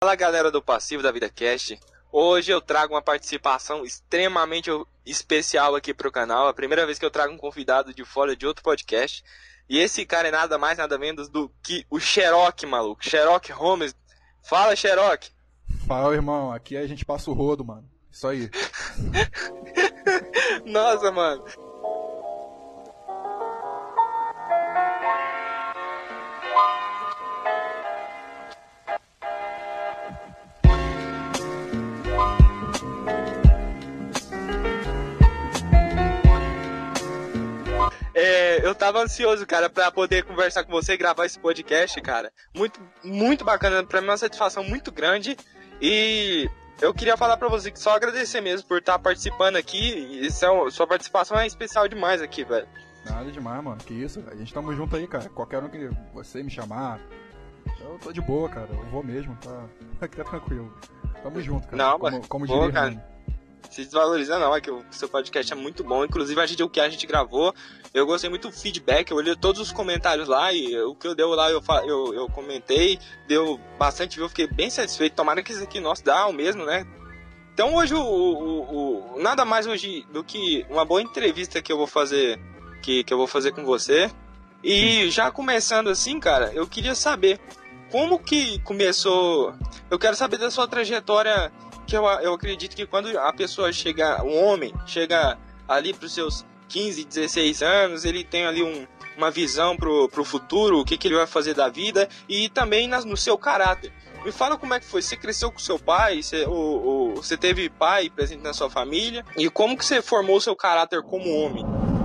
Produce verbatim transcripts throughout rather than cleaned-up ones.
Fala galera do Passivo da Vida Cast. Hoje eu trago uma participação extremamente especial aqui pro canal. A primeira vez que eu trago um convidado de fora de outro podcast. E esse cara é nada mais, nada menos do que o Sherlock, maluco. Sherlock Holmes. Fala, Sherlock. Fala, irmão. Aqui a gente passa o rodo, mano. Isso aí. Nossa, mano. É, eu tava ansioso, cara, pra poder conversar com você e gravar esse podcast, cara. Muito, muito bacana, pra mim é uma satisfação muito grande. E eu queria falar pra você que só agradecer mesmo por estar participando aqui. E sua, sua participação é especial demais aqui, velho. Nada demais, mano. Que isso, a gente tamo junto aí, cara. Qualquer um que você me chamar, eu tô de boa, cara. Eu vou mesmo, tá, aqui tá tranquilo. Tamo junto, cara. Não, como, mas, como boa, diria, cara. Se desvaloriza não, é que o seu podcast é muito bom. Inclusive a gente, o que a gente gravou, eu gostei muito do feedback. Eu olhei todos os comentários lá e o que eu deu lá eu, eu, eu comentei. Deu bastante view, eu fiquei bem satisfeito. Tomara que isso aqui nosso dá o mesmo, né? Então hoje o, o, o nada mais hoje do que uma boa entrevista que eu vou fazer que, que eu vou fazer com você. E já começando assim, cara, eu queria saber como que começou. Eu quero saber da sua trajetória. Que eu, eu acredito que quando a pessoa chega, um homem, chega ali para os seus quinze, dezesseis anos, ele tem ali um, uma visão pro, pro futuro, o que, que ele vai fazer da vida e também nas, no seu caráter. Me fala como é que foi, você cresceu com seu pai, você, o, o, você teve pai presente na sua família e como que você formou o seu caráter como homem?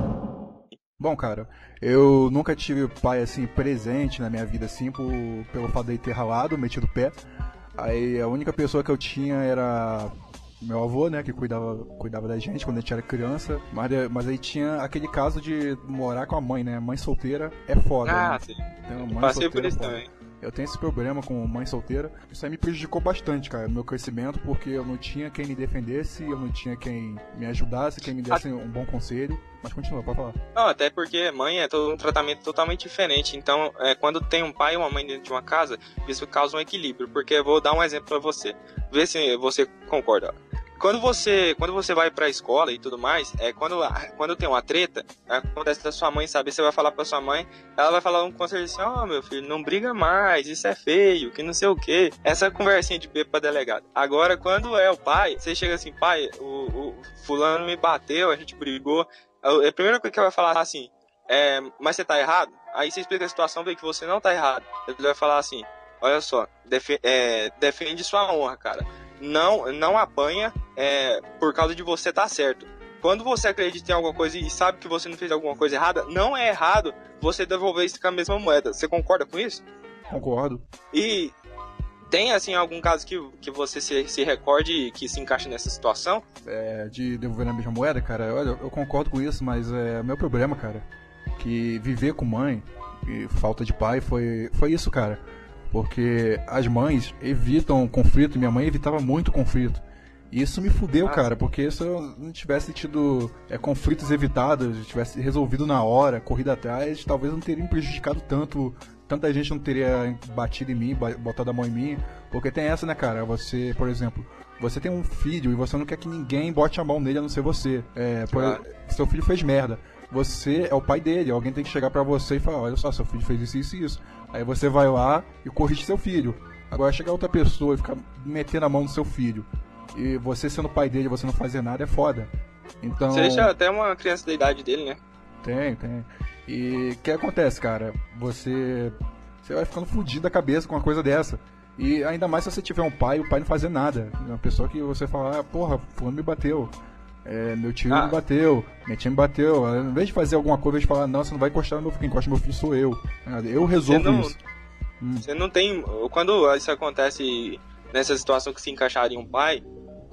Bom, cara, eu nunca tive pai assim presente na minha vida assim, por, pelo fato de ter ralado, metido o pé. Aí a única pessoa que eu tinha era meu avô, né, que cuidava, cuidava da gente quando a gente era criança. Mas, mas aí tinha aquele caso de morar com a mãe, né? Mãe solteira é foda. Ah, né? sim. Então, mãe Passei solteira por isso é foda. também. Eu tenho esse problema com mãe solteira. Isso aí me prejudicou bastante, cara, no meu crescimento, porque eu não tinha quem me defendesse, eu não tinha quem me ajudasse, quem me desse um bom conselho. Mas continua, pode falar. Não, até porque mãe é todo um tratamento totalmente diferente. Então, é, quando tem um pai e uma mãe dentro de uma casa, isso causa um equilíbrio. Porque eu vou dar um exemplo pra você. Vê se você concorda. Quando você, quando você vai pra escola e tudo mais, é, quando, quando tem uma treta, acontece da sua mãe saber, você vai falar pra sua mãe, ela vai falar um conselho assim, ó, oh, meu filho, não briga mais, isso é feio, que não sei o que. Essa conversinha de bebo pra delegado. Agora, quando é o pai, você chega assim, pai, o, o fulano me bateu, a gente brigou. A primeira coisa que ela vai falar assim, é, mas você tá errado? Aí você explica a situação, vê que você não tá errado. Ele vai falar assim, olha só, defe, é, defende sua honra, cara. Não, não apanha é, por causa de você tá certo. Quando você acredita em alguma coisa e sabe que você não fez alguma coisa errada, não é errado você devolver isso com a mesma moeda. Você concorda com isso? Concordo. E tem, assim, algum caso que, que você se, se recorde e que se encaixa nessa situação? É, de devolver na mesma moeda, cara, olha, eu concordo com isso, mas é o meu problema, cara, que viver com mãe e falta de pai foi, foi isso, cara. Porque as mães evitam conflito, minha mãe evitava muito conflito. E isso me fudeu, ah, cara, porque se eu não tivesse tido é, conflitos evitados, tivesse resolvido na hora, corrido atrás, talvez não teria me prejudicado tanto, tanta gente não teria batido em mim, botado a mão em mim. Porque tem essa, né, cara, você, por exemplo, você tem um filho e você não quer que ninguém bote a mão nele a não ser você. É, por, claro. Seu filho fez merda. Você é o pai dele, alguém tem que chegar pra você e falar, olha só, seu filho fez isso, isso e isso. Aí você vai lá e corrige seu filho. Agora chegar outra pessoa e ficar metendo a mão no seu filho, e você sendo pai dele, você não fazer nada, é foda. Então... Você deixa até uma criança da idade dele, né? Tem, tem. E o que acontece, cara? Você, você vai ficando fudido da cabeça com uma coisa dessa. E ainda mais se você tiver um pai, o pai não fazer nada. Uma pessoa que você fala, ah, porra, fulano me bateu. É, meu tio ah. me bateu, minha tia me bateu. Em vez de fazer alguma coisa, em vez de falar, não, você não vai encostar no meu filho, quem encosta no meu filho sou eu. Eu resolvo você não, isso. Você hum. não tem. Quando isso acontece nessa situação que se encaixaria um pai,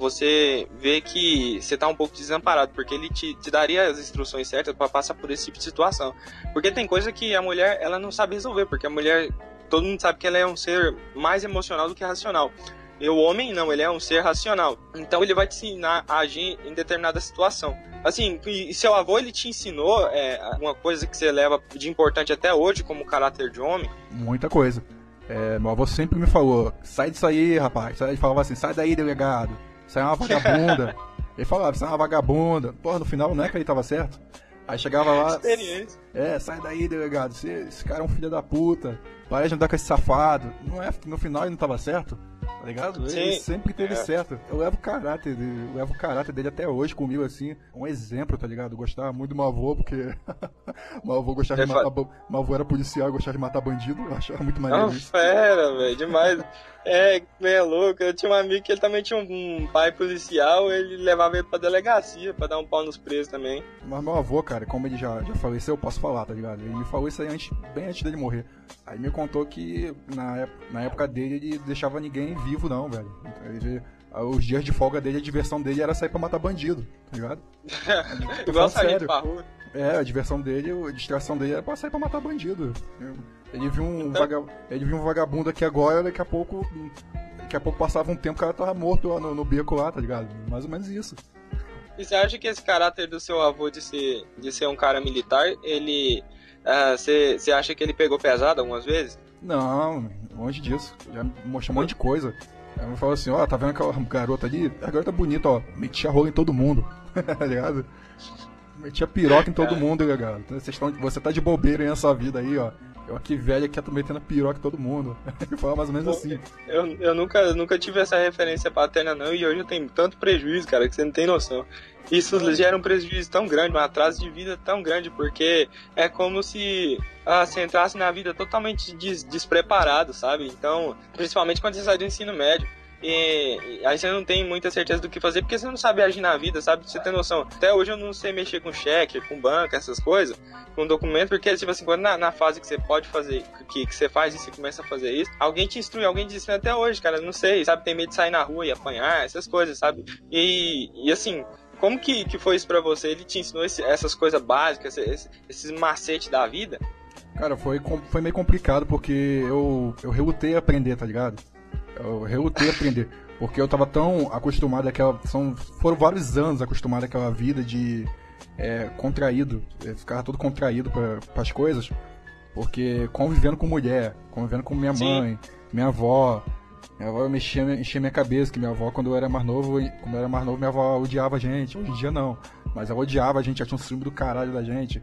você vê que você tá um pouco desamparado, porque ele te, te daria as instruções certas para passar por esse tipo de situação. Porque tem coisa que a mulher, ela não sabe resolver, porque a mulher, todo mundo sabe que ela é um ser mais emocional do que racional. E o homem não, ele é um ser racional. Então ele vai te ensinar a agir em determinada situação. Assim, e seu avô, ele te ensinou é, alguma coisa que você leva de importante até hoje como caráter de homem? Muita coisa. É, meu avô sempre me falou, sai disso aí, rapaz. Ele falava assim, sai daí, delegado. Você é uma vagabunda. Ele falava, você é uma vagabunda. Porra, no final não é que ele tava certo. Aí chegava lá... Experiência. É, sai daí, delegado. Você, esse cara é um filho da puta. Para de andar com esse safado. Não é, no final ele não tava certo. Tá ligado? Sim. Ele sempre teve É. certo. Eu levo o caráter dele, eu levo o caráter dele até hoje comigo, assim. Um exemplo, tá ligado? Eu gostava muito do meu avô, porque meu avô gostava de É matar. fa- ba- Meu avô era policial, gostava de matar bandido. Eu achava muito É maneiro uma isso. fera, velho, demais. É, meio louco. Eu tinha um amigo que ele também tinha um, um pai policial, ele levava ele pra delegacia pra dar um pau nos presos também. Mas meu avô, cara, como ele já, já faleceu, eu posso falar, tá ligado? Ele me falou isso aí antes, bem antes dele morrer. Aí me contou que na, ép- na época dele ele deixava ninguém vivo, não, velho. Ele- os dias de folga dele, a diversão dele era sair pra matar bandido, tá ligado? Tô Igual falando sargento sério. Farrudo. É, a diversão dele, a distração dele era pra sair pra matar bandido. Ele viu um, Então- vaga, ele viu um vagabundo aqui agora, daqui a pouco. Daqui a pouco passava um tempo, o cara tava morto lá no, no beco lá, tá ligado? Mais ou menos isso. E você acha que esse caráter do seu avô de ser, de ser um cara militar, ele... ah, Você você acha que ele pegou pesado algumas vezes? Não, longe disso. Já me mostrou um monte de coisa. Ela me falou assim, ó, tá vendo aquela garota ali? A garota bonita, ó, metia rola em todo mundo, tá ligado? Metia piroca em todo É. mundo, ligado? Vocês tão, você tá de bobeira aí nessa vida aí, ó. Eu aqui velho aqui tô metendo piroca em todo mundo. Ele fala mais ou menos assim. Eu, eu nunca, nunca tive essa referência paterna não, e hoje eu tenho tanto prejuízo, cara, que você não tem noção. Isso gera um prejuízo tão grande, um atraso de vida tão grande, porque é como se ah, você entrasse na vida totalmente des- despreparado, sabe? Então, principalmente quando você sai do ensino médio. E, e aí você não tem muita certeza do que fazer, porque você não sabe agir na vida, sabe? Você tem noção. Até hoje eu não sei mexer com cheque, com banca, essas coisas, com documento, porque, tipo assim, quando na, na fase que você pode fazer, que, que você faz e você começa a fazer isso, alguém te instrui, alguém te ensina até hoje, cara, não sei, sabe? Tem medo de sair na rua e apanhar, essas coisas, sabe? E, e assim, como que, que foi isso pra você? Ele te ensinou esse- essas coisas básicas, esse- esses macetes da vida? Cara, foi, com- foi meio complicado porque eu, eu relutei a aprender, tá ligado? Eu relutei a aprender. Porque eu tava tão acostumado àquela. São, foram vários anos acostumado àquela vida de é, contraído. Eu ficava todo contraído para as coisas. Porque convivendo com mulher, convivendo com minha Sim. mãe, minha avó. Minha avó mexia, enchia minha cabeça, que minha avó, quando eu era mais novo, quando eu era mais novo, minha avó odiava a gente. Hoje em dia não. Mas ela odiava a gente, ela tinha um ciúme do caralho da gente.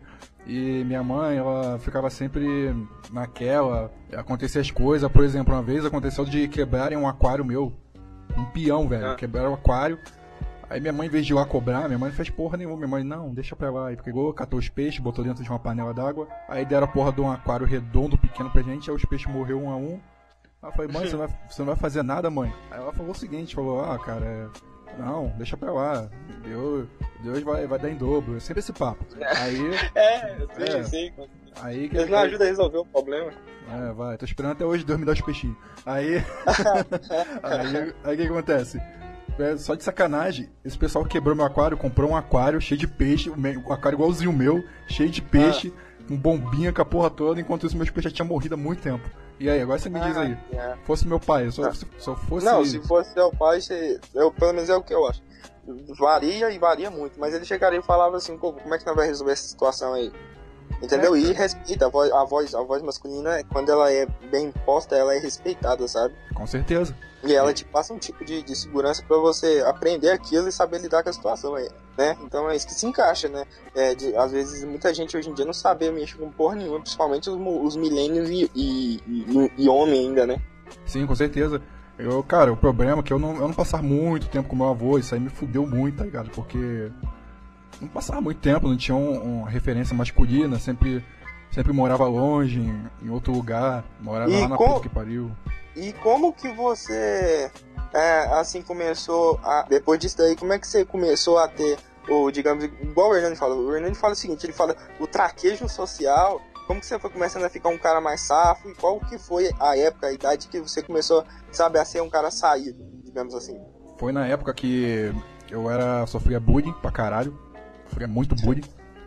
E minha mãe, ela ficava sempre naquela, acontecia as coisas. Por exemplo, uma vez aconteceu de quebrarem um aquário meu. Um peão, velho. Ah. Quebraram o aquário. Aí minha mãe, em vez de ir lá cobrar, minha mãe não fez porra nenhuma. Minha mãe, não, deixa pra lá. Aí pegou, catou os peixes, botou dentro de uma panela d'água. Aí deram a porra de um aquário redondo, pequeno pra gente. Aí os peixes morreram um a um. Aí eu falei, mãe, você não, vai, você não vai fazer nada, mãe? Aí ela falou o seguinte, falou, ah, cara, é, não, deixa pra lá. Deus, Deus vai, vai dar em dobro. É sempre esse papo. Aí, É, eu sei, É. eu sei. aí que Eles não ajudam a resolver o problema. É, vai, tô esperando até hoje Deus me dar os peixinhos. Aí. aí, aí o que acontece? É, só de sacanagem, esse pessoal quebrou meu aquário, comprou um aquário cheio de peixe, um me- um aquário igualzinho o meu, cheio de peixe, com bombinha com a porra toda, enquanto isso meus peixes já tinham morrido há muito tempo. E aí, agora você me diz aí, É. fosse meu pai, só, Não. se só fosse. Não, se fosse seu pai, você, eu, pelo menos é o que eu acho. Varia e varia muito, mas ele chegaria e falava assim, pô, como é que nós vamos resolver essa situação aí? Entendeu? É, E respeita, a voz, a voz, a voz masculina, quando ela é bem imposta, ela é respeitada, sabe? Com certeza. E ela te passa um tipo de, de segurança pra você aprender aquilo e saber lidar com a situação aí, né? Então é isso que se encaixa, né? É, de, às vezes muita gente hoje em dia não sabe mexer com porra nenhuma, principalmente os, mo- os milênios e, e, e, e homem ainda, né? Sim, com certeza. Eu, cara, o problema é que eu não, eu não passava muito tempo com meu avô, isso aí me fudeu muito, tá ligado? Porque não passava muito tempo, não tinha um- uma referência masculina, sempre, sempre morava longe, em, em outro lugar, morava E lá na com- puta que pariu. E como que você, é, assim, começou a... Depois disso daí, como é que você começou a ter, o, digamos, igual o Hernani fala, o Hernani fala o seguinte, ele fala o traquejo social, como que você foi começando a ficar um cara mais safo, e qual que foi a época, a idade que você começou, sabe, a ser um cara saído, digamos assim? Foi na época que eu era sofria bullying pra caralho, sofria muito bullying.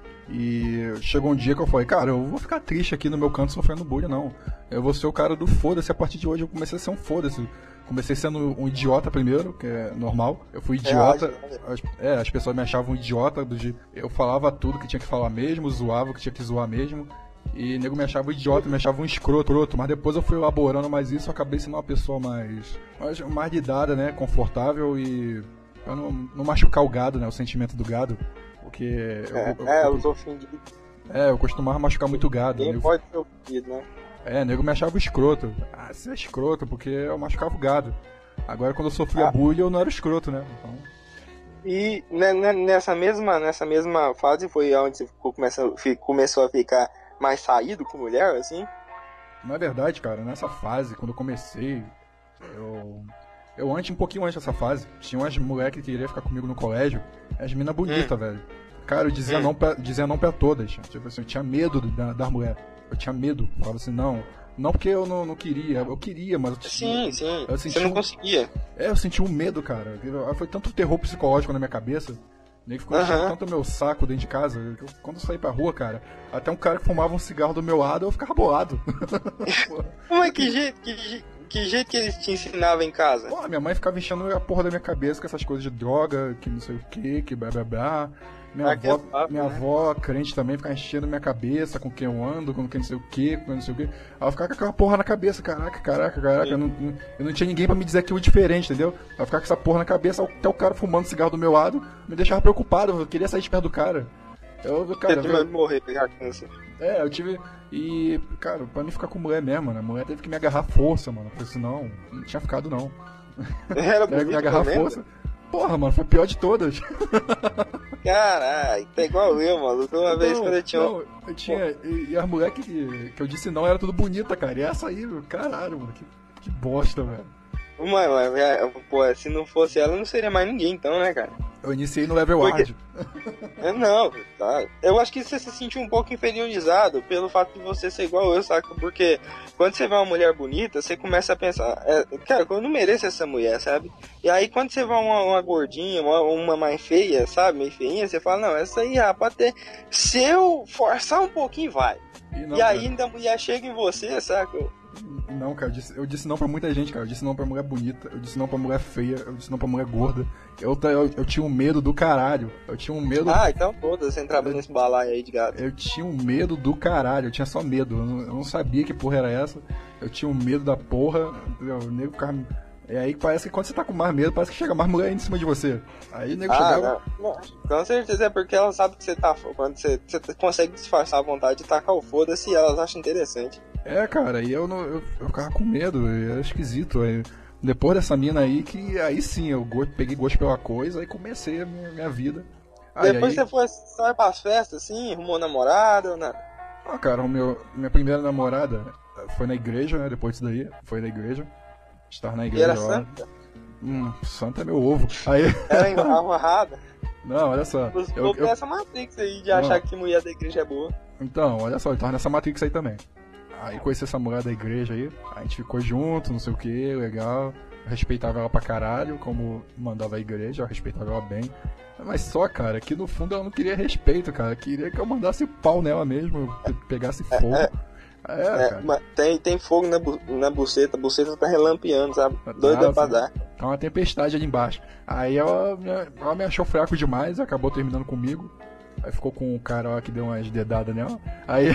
E chegou um dia que eu falei, cara, eu vou ficar triste aqui no meu canto sofrendo bullying, não. Eu vou ser o cara do foda-se, a partir de hoje eu comecei a ser um foda-se. Comecei sendo um idiota primeiro, que é normal. Eu fui idiota. É, As, é, as pessoas me achavam um idiota. Do, je- eu falava tudo que tinha que falar mesmo, zoava o que tinha que zoar mesmo. E o nego me achava idiota, me achava um escroto, mas depois eu fui elaborando mais isso, eu acabei sendo uma pessoa mais, mais, mais lidada, né, confortável e pra não, não machucar o gado, né, o sentimento do gado, porque... É, eu, eu, é eu, os ofendidos. É, eu costumava machucar muito gado. Ninguém nego, pode ser ofendido, né? É, o nego me achava escroto. Ah, você é escroto, porque eu machucava o gado. Agora quando eu sofria Ah. bullying eu não era escroto, né, então... E né, né, nessa, mesma, nessa mesma fase foi onde você ficou, começou, fi- começou a ficar mais saído com mulher, assim? Na verdade, cara, nessa fase, quando eu comecei, eu. Eu antes, um pouquinho antes dessa fase, tinha umas moleques que queriam ficar comigo no colégio, as minas bonitas, Hum. velho. Cara, eu dizia, Hum. não pra, dizia não pra todas. Tipo assim, eu tinha medo da, das mulheres. Eu tinha medo. Eu falava assim, não. Não porque eu não, não queria, eu queria, mas eu tinha. Sim, sim. Eu Você senti não um- conseguia. É, eu senti um medo, cara. Eu- Foi tanto terror psicológico na minha cabeça. Nem ficou enchendo Aham. tanto meu saco dentro de casa. Que eu- quando eu saí pra rua, cara, até um cara que fumava um cigarro do meu lado, eu ficava bolado. Como é que jeito que, je- que jeito que eles te ensinavam em casa? Pô, minha mãe ficava enchendo a porra da minha cabeça com essas coisas de droga, que não sei o que, que blá blá blá. Minha, Ah, que avó, papo, minha né? avó, crente também, ficava enchendo minha cabeça com quem eu ando, com quem não sei o que, com não sei o que. Ela ficava com aquela porra na cabeça, caraca, caraca, caraca. Eu não, não- eu não tinha ninguém pra me dizer aquilo diferente, entendeu? Ela ficava com essa porra na cabeça, até o cara fumando cigarro do meu lado, me deixava preocupado, eu queria sair de perto do cara. Eu, Você cara, tem medo de morrer, pegar câncer. é, eu tive. E, cara, pra mim ficar com mulher mesmo, né? A mulher teve que me agarrar à força, mano. Porque senão, não tinha ficado, não. Era Teve que me bonito, agarrar à pelo força. Porra, mano, foi a pior de todas. Caralho, tá igual eu, maluco. Uma vez Não, quando eu tinha um... não, eu tinha. E, e as mulheres que, que eu disse não era tudo bonita, cara. E essa aí, meu, caralho, mano, que, que bosta, velho. Mano, mas, é, pô, se não fosse ela, não seria mais ninguém, então, né, cara? Eu iniciei no level Porque- hard. É, não, tá. Eu acho que você se sentiu um pouco inferiorizado pelo fato de você ser igual eu, saca? Porque quando você vê uma mulher bonita, você começa a pensar, é, cara, eu não mereço essa mulher, sabe? E aí quando você vê uma, uma gordinha, uma, uma mais feia, sabe? Meio feinha, você fala, não, essa aí, rapaz, até se eu forçar um pouquinho, vai. E, não, e aí cara, ainda a mulher chega em você, saca? não, cara, eu disse, eu disse não pra muita gente, cara. Eu disse não pra mulher bonita, eu disse não pra mulher feia, eu disse não pra mulher gorda. Eu, ta- eu, eu tinha um medo do caralho. Eu tinha um medo. Ah, então todas, você entrava nesse balaio aí de gato. Eu tinha um medo do caralho, eu tinha só medo, eu não, eu não sabia que porra era essa. Eu tinha um medo da porra, entendeu? O nego ficava. É aí que parece que quando você tá com mais medo, parece que chega mais mulher em cima de você. Aí o nego Ah, chegava. não, não, com certeza é porque ela sabe que você tá. Quando você, você consegue disfarçar a vontade de tacar o foda-se, elas acham interessante. É, cara, e eu, não, eu, eu ficava com medo, era esquisito. Aí, depois dessa mina aí, que aí sim eu go- peguei gosto pela coisa e comecei a minha, minha vida. Aí, Depois aí, você foi sai pras festas, assim, arrumou namorada ou nada? ah, cara, o meu, minha primeira namorada foi na igreja, né? Depois disso daí, foi na igreja. Estar na E igreja era lá. santa? Hum, santa é meu ovo. Aí, Era amarrada? não, olha só. Os Eu, povos eu, dessa Matrix aí de Não. achar que mulher da igreja é boa. então, olha só, eu tava nessa Matrix aí também. Aí conheci essa mulher da igreja aí, a gente ficou junto, não sei o que, legal. Eu respeitava ela pra caralho, como mandava a igreja, eu respeitava ela bem. Mas só, cara, que no fundo ela não queria respeito, cara. Queria que eu mandasse pau nela mesmo, eu pe- pegasse fogo. É, É, cara. mas tem, tem fogo na, bu na buceta, a buceta tá relampeando, sabe? Doida Ah, pra sim. dar. Tá uma tempestade ali embaixo. Aí ela, me- ela me achou fraco demais, acabou terminando comigo. Aí ficou com o cara lá que deu umas dedadas nela. Aí.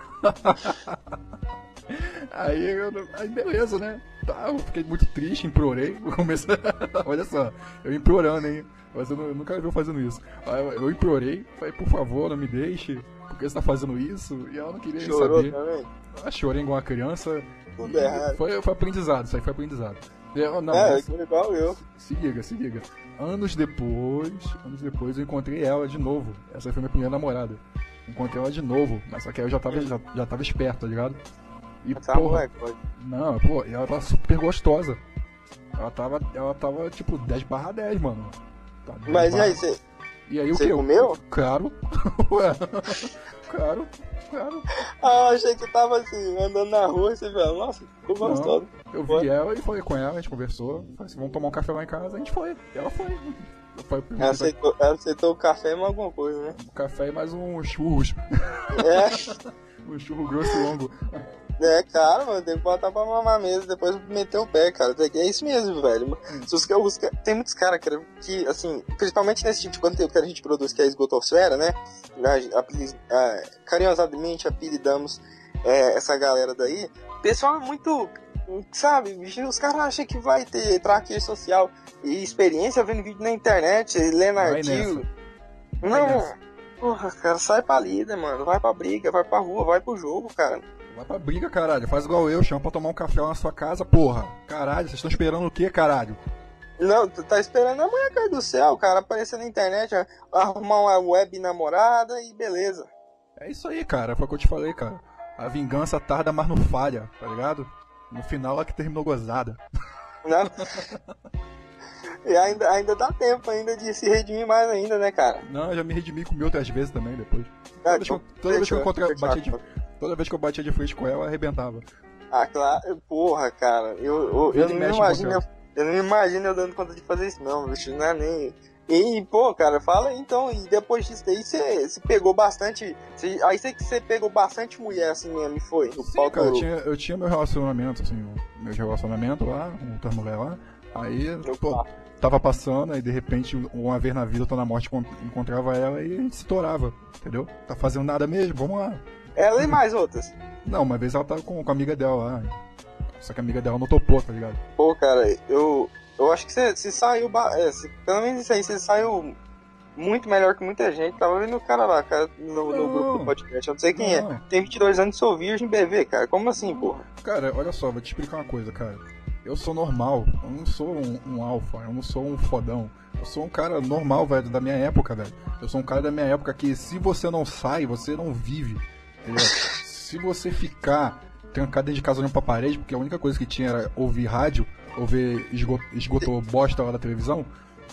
Aí, eu, não- aí beleza, né? Tá, eu fiquei muito triste, implorei. Eu comecei... Olha só, eu implorando, hein? Mas eu, não- eu nunca vi eu fazendo isso. Aí eu, eu implorei, falei, por favor, não me deixe, porque você tá fazendo isso? E ela não queria nem Chorou saber. também? Eu chorei igual uma criança. Tudo E errado. Foi, foi aprendizado, isso aí foi aprendizado. Eu, não, É, mas- igual eu. se liga, se liga. Anos depois, anos depois eu encontrei ela de novo. Essa foi minha primeira namorada. Encontrei ela de novo, mas só que aí eu já tava, já, já tava esperto, tá ligado? E Essa porra, moleque, pode. não, pô, e ela tava super gostosa. Ela tava, ela tava tipo dez barra dez, mano. Tá, dez Mas e barra- aí, você E aí o você que? comeu? Claro. Ué. Claro, claro. Ah, eu achei que tava assim, andando na rua e você viu, nossa, ficou Não. gostoso. Eu vi Foi? ela e falei com ela, a gente conversou. Falei assim, vamos tomar um café lá em casa. A gente foi. Ela foi. Foi Ela aceitou, ela aceitou o café e mais alguma coisa, né? um café e mais um churros. É, Um churro grosso e longo. É, cara, mano, tem que botar pra mamar mesmo, depois meter o pé, cara. É isso mesmo, velho. Se os, os, tem muitos caras que, que, assim, principalmente nesse tipo de conteúdo que a gente produz, que é a esgotosfera, né? A, a, a, carinhosamente apelidamos é, essa galera daí. O pessoal é muito, sabe, os caras acham que vai ter traquejo social e experiência vendo vídeo na internet, lendo Vai artigo. nessa. Vai Não, nessa. porra, cara, sai pra lida, mano. Vai pra briga, vai pra rua, vai pro jogo, cara. Vai pra briga, caralho. Faz igual eu, chama pra tomar um café lá na sua casa, porra. Caralho, vocês estão esperando o quê, caralho? Não, tu tá esperando a mulher cair do céu, cara, aparecer na internet, arrumar uma web namorada e beleza. É isso aí, cara. Foi o que eu te falei, cara. A vingança tarda, mas não falha, tá ligado? No final, ela que terminou gozada. Não. E ainda, ainda dá tempo ainda de se redimir mais ainda, né, cara? Não, eu já me redimi com mil outras vezes também, depois. Ah, Toda, vez, que eu, toda vez que eu encontrei, batia de, toda vez que eu batia de frente com ela, arrebentava. Ah, claro. Porra, cara. Eu, eu, eu, não, me imagino, eu, eu não me imagino eu dando conta de fazer isso, não, bicho. Não é nem... E, pô, cara, fala então, e depois disso daí você pegou bastante. Cê, aí você que você pegou bastante mulher assim mesmo, e foi? O Sim, cara, eu tinha, eu tinha meu relacionamento, assim, meu relacionamento lá, com outra mulher lá. Aí, eu, pô, tava passando, aí de repente, uma vez na vida, eu tô na morte, encontrava ela e a gente se torava, entendeu? Tá fazendo nada mesmo, vamos lá. Ela e mais outras? Não, uma vez ela tava com, com a amiga dela lá. Só que a amiga dela não topou, tá ligado? Pô, cara, eu. Eu acho que você, você saiu. É, você, pelo menos isso aí, você saiu muito melhor que muita gente. Tava vendo o cara lá, cara, no, no grupo do podcast. Eu não sei quem não. é. Tem vinte e dois anos e sou virgem B V, cara. Como assim, porra? Cara, olha só, vou te explicar uma coisa, cara. Eu sou normal. Eu não sou um, um alfa. Eu não sou um fodão. Eu sou um cara normal, velho, da minha época, velho. Eu sou um cara da minha época que se você não sai, você não vive. Entendeu? Se você ficar trancado dentro de casa olhando pra parede, porque a única coisa que tinha era ouvir rádio, ouvir esgoto, esgoto bosta lá da televisão,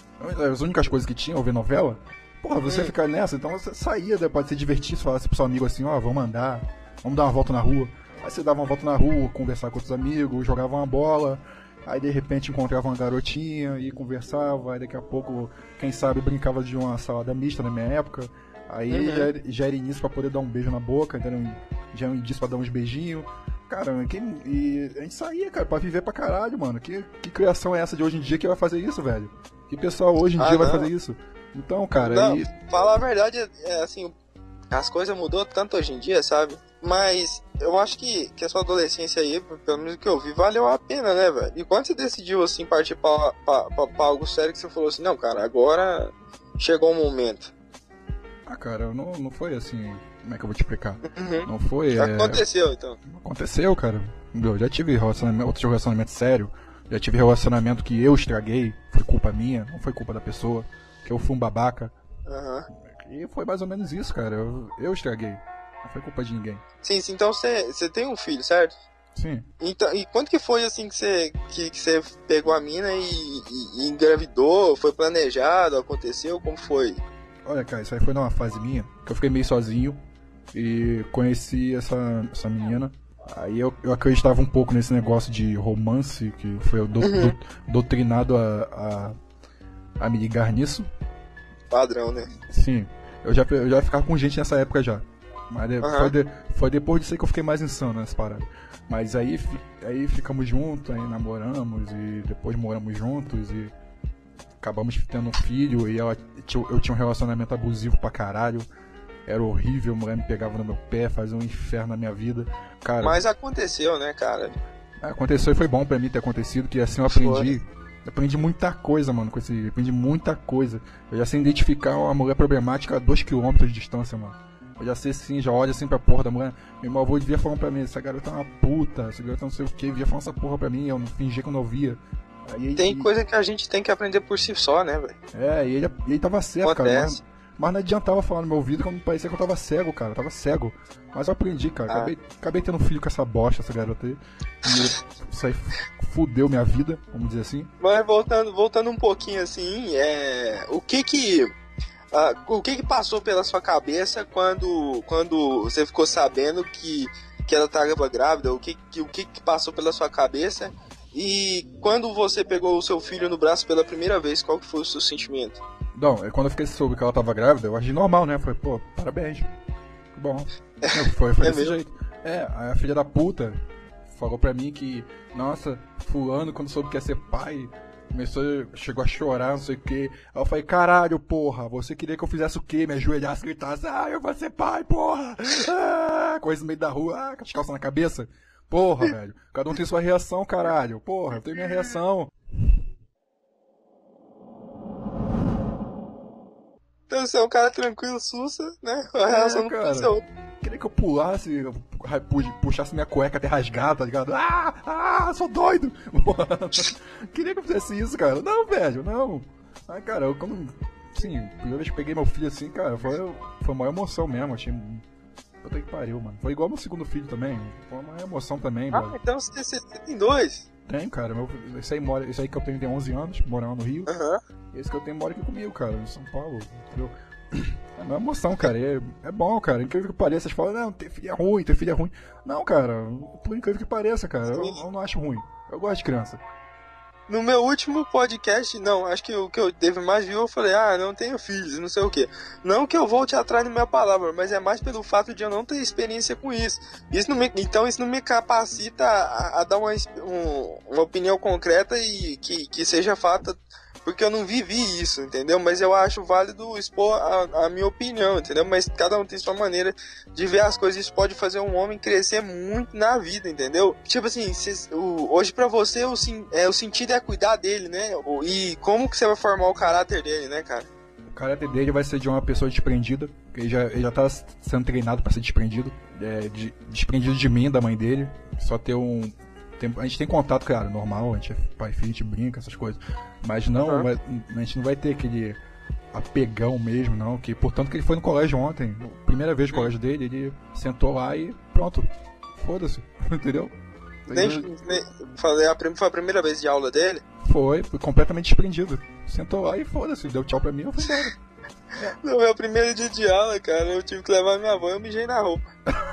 as únicas coisas que tinha, ouvir novela, porra, você hum. ficar nessa, então você saía, pode se divertir, se falasse pro seu amigo assim, ó, oh, vamos andar, vamos dar uma volta na rua. Aí você dava uma volta na rua, conversar com outros amigos, jogava uma bola, aí de repente encontrava uma garotinha e conversava, aí daqui a pouco, quem sabe, brincava de uma salada mista na minha época. Aí uhum. já, já era início pra poder dar um beijo na boca, entendeu? Já era início pra dar uns beijinhos. Cara, quem, e a gente saía, cara, pra viver pra caralho, mano. Que, que criação é essa de hoje em dia que vai fazer isso, velho? Que pessoal hoje em ah, dia não. vai fazer isso? Então, cara... Não, e... falar a verdade, é assim, as coisas mudou tanto hoje em dia, sabe? Mas eu acho que, que a sua adolescência aí, pelo menos o que eu vi, valeu a pena, né, velho? E quando você decidiu, assim, partir pra, pra, pra, pra algo sério, que você falou assim, não, cara, agora chegou o momento. Ah, cara, não, não foi assim... Como é que eu vou te explicar? Uhum. Não foi... Aconteceu, é... então. Aconteceu, cara. Eu já tive relacionamento, outro relacionamento sério. Já tive relacionamento que eu estraguei. Foi culpa minha, não foi culpa da pessoa. Que eu fui um babaca. Uhum. E foi mais ou menos isso, cara. Eu, eu estraguei. Não foi culpa de ninguém. Sim, sim. Então você tem um filho, certo? Sim. Então, e quando que foi assim que você que, que você pegou a mina e, e, e engravidou? Foi planejado? Aconteceu? Como foi? Olha, cara, isso aí foi numa fase minha que eu fiquei meio sozinho e conheci essa, essa menina. Aí eu, eu acreditava um pouco nesse negócio de romance, que foi do, uhum. do, doutrinado a, a, a me ligar nisso. Padrão, né? Sim, eu já, eu já ficava com gente nessa época já. Mas de, uhum. foi, de, foi depois disso aí que eu fiquei mais insano nessa parada. Mas aí, aí ficamos juntos, aí namoramos e depois moramos juntos e acabamos tendo um filho e ela, eu tinha um relacionamento abusivo pra caralho. Era horrível, a mulher me pegava no meu pé, fazia um inferno na minha vida. Cara, mas aconteceu, né, cara? Aconteceu e foi bom pra mim ter acontecido, que assim eu aprendi. Foi. Aprendi muita coisa, mano, com esse. Aprendi muita coisa. Eu já sei identificar uma mulher problemática a dois quilômetros de distância, mano. Eu já sei assim, já olho assim pra porra da mulher. Meu avô devia falar pra mim, essa garota é uma puta, essa garota não sei o que, devia falar essa porra pra mim, eu não fingia que eu não ouvia. Aí, tem e... coisa que a gente tem que aprender por si só, né, velho? É, e ele, ele tava certo, cara. Mas, mas não adiantava falar no meu ouvido que eu não parecia que eu tava cego, cara. Eu tava cego. Mas eu aprendi, cara. Ah. Acabei, acabei tendo um filho com essa bosta, essa garota aí. E isso aí fudeu minha vida, vamos dizer assim. Mas voltando, voltando um pouquinho assim, é... o que que... Uh, o que que passou pela sua cabeça quando, quando você ficou sabendo que, que ela estava grávida? O que, que, o que que passou pela sua cabeça? E quando você pegou o seu filho no braço pela primeira vez, qual que foi o seu sentimento? Não, quando eu fiquei soube que ela estava grávida, eu achei normal, né? Falei, pô, parabéns. Bom, foi, foi é desse mesmo? jeito. É, a filha da puta falou pra mim que, nossa, fulano quando soube que ia ser pai, começou, chegou a chorar, não sei o que. Aí eu falei, caralho, porra, você queria que eu fizesse o quê? Me ajoelhasse, gritasse, ah, eu vou ser pai, porra! Ah, coisa no meio da rua, ah, com as calças na cabeça. Porra, velho, cada um tem sua reação, caralho. Porra, eu tenho minha reação. Então você é um cara tranquilo, sussa, né? A reação É, não cara. pode ser outra. Queria que eu pulasse, eu pu- puxasse minha cueca até rasgada, tá ligado? Ah, ah, sou doido! Queria que eu fizesse isso, cara. Não, velho, não. Ai, cara, eu quando... Sim, a primeira vez que peguei meu filho assim, cara, foi, foi uma emoção mesmo, achei... Puta que pariu, mano. Foi igual meu segundo filho também, foi uma emoção também, Ah, velho. então você, você tem dois? Tem, cara, meu, esse, aí mora, esse aí que eu tenho tem onze anos, morando no Rio. Aham. Esse que eu tenho mora aqui comigo, cara, em São Paulo, entendeu? É uma emoção, cara, é, é bom, cara, incrível que pareça, vocês falam, não, ter filho é ruim, ter filho é ruim. Não, cara, por incrível que pareça, cara, eu, eu não acho ruim, eu gosto de criança. No meu último podcast, não, acho que o que eu teve mais viu, eu falei, ah, não tenho filhos, não sei o que. Não que eu volte atrás da minha palavra, mas é mais pelo fato de eu não ter experiência com isso. Isso não me, então isso não me capacita a, a dar uma, um, uma opinião concreta e que, que seja fato, porque eu não vivi isso, entendeu? Mas eu acho válido expor a, a minha opinião, entendeu? Mas cada um tem sua maneira de ver as coisas. Isso pode fazer um homem crescer muito na vida, entendeu? Tipo assim, cês, o, hoje pra você o, é, o sentido é cuidar dele, né? O, e como que você vai formar o caráter dele, né, cara? O caráter dele vai ser de uma pessoa desprendida, porque ele já, ele já tá sendo treinado pra ser desprendido, é, de, desprendido de mim, da mãe dele, só ter um... Tem, a gente tem contato, cara, normal, a gente é pai e filho, a gente brinca, essas coisas. Mas não, Uhum. vai, a gente não vai ter aquele apegão mesmo, não. Que, portanto, que ele foi no colégio ontem, primeira vez no colégio dele, ele sentou lá e pronto, foda-se, entendeu? Nem, nem, falei, a, prim- foi a primeira vez de aula dele. Foi, foi completamente desprendido. Sentou lá e foda-se, deu tchau pra mim e eu fui embora. No meu primeiro dia de aula, cara, eu tive que levar minha avó e eu mijei na roupa.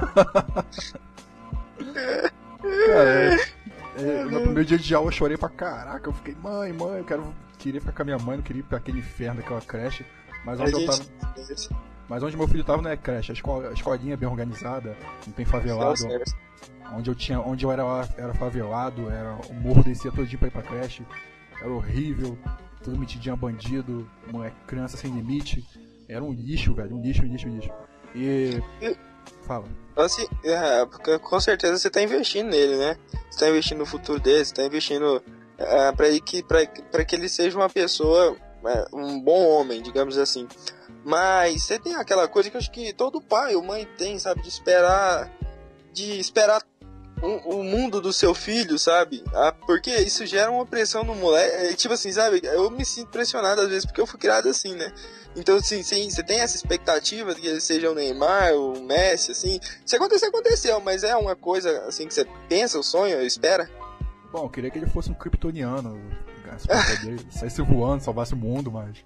Cara, é, é, no primeiro dia de aula eu chorei pra caraca. Eu fiquei, mãe, mãe, eu quero, queria ficar com a minha mãe, não queria ir pra aquele inferno daquela creche. Mas A onde eu gente... tava. Mas onde meu filho tava não é creche, a, escola, a escolinha é bem organizada, não tem favelado. Onde eu tinha, onde eu era, era favelado, era, o morro descia todo dia pra ir pra creche. Era horrível, tudo metidinho a bandido, moleque, criança sem limite. Era um lixo, velho, um lixo, um lixo, um lixo. E. Fala. Assim, é, porque com certeza você tá investindo nele, né? Você tá investindo no futuro dele, você tá investindo é, pra, ele que, pra, pra que ele seja uma pessoa, é, um bom homem, digamos assim. Mas você tem aquela coisa que eu acho que todo pai ou mãe tem, sabe? De esperar, de esperar o, o mundo do seu filho, sabe? Ah, porque isso gera uma pressão no moleque. É, tipo assim, sabe? Eu me sinto pressionado às vezes porque eu fui criado assim, né? Então, assim, sim, você tem essa expectativa de que ele seja o Neymar, o Messi, assim. Se acontecer, aconteceu, mas é uma coisa, assim, que você pensa, o sonho, espera. Bom, eu queria que ele fosse um kryptoniano, dele, saísse voando, salvasse o mundo, mas...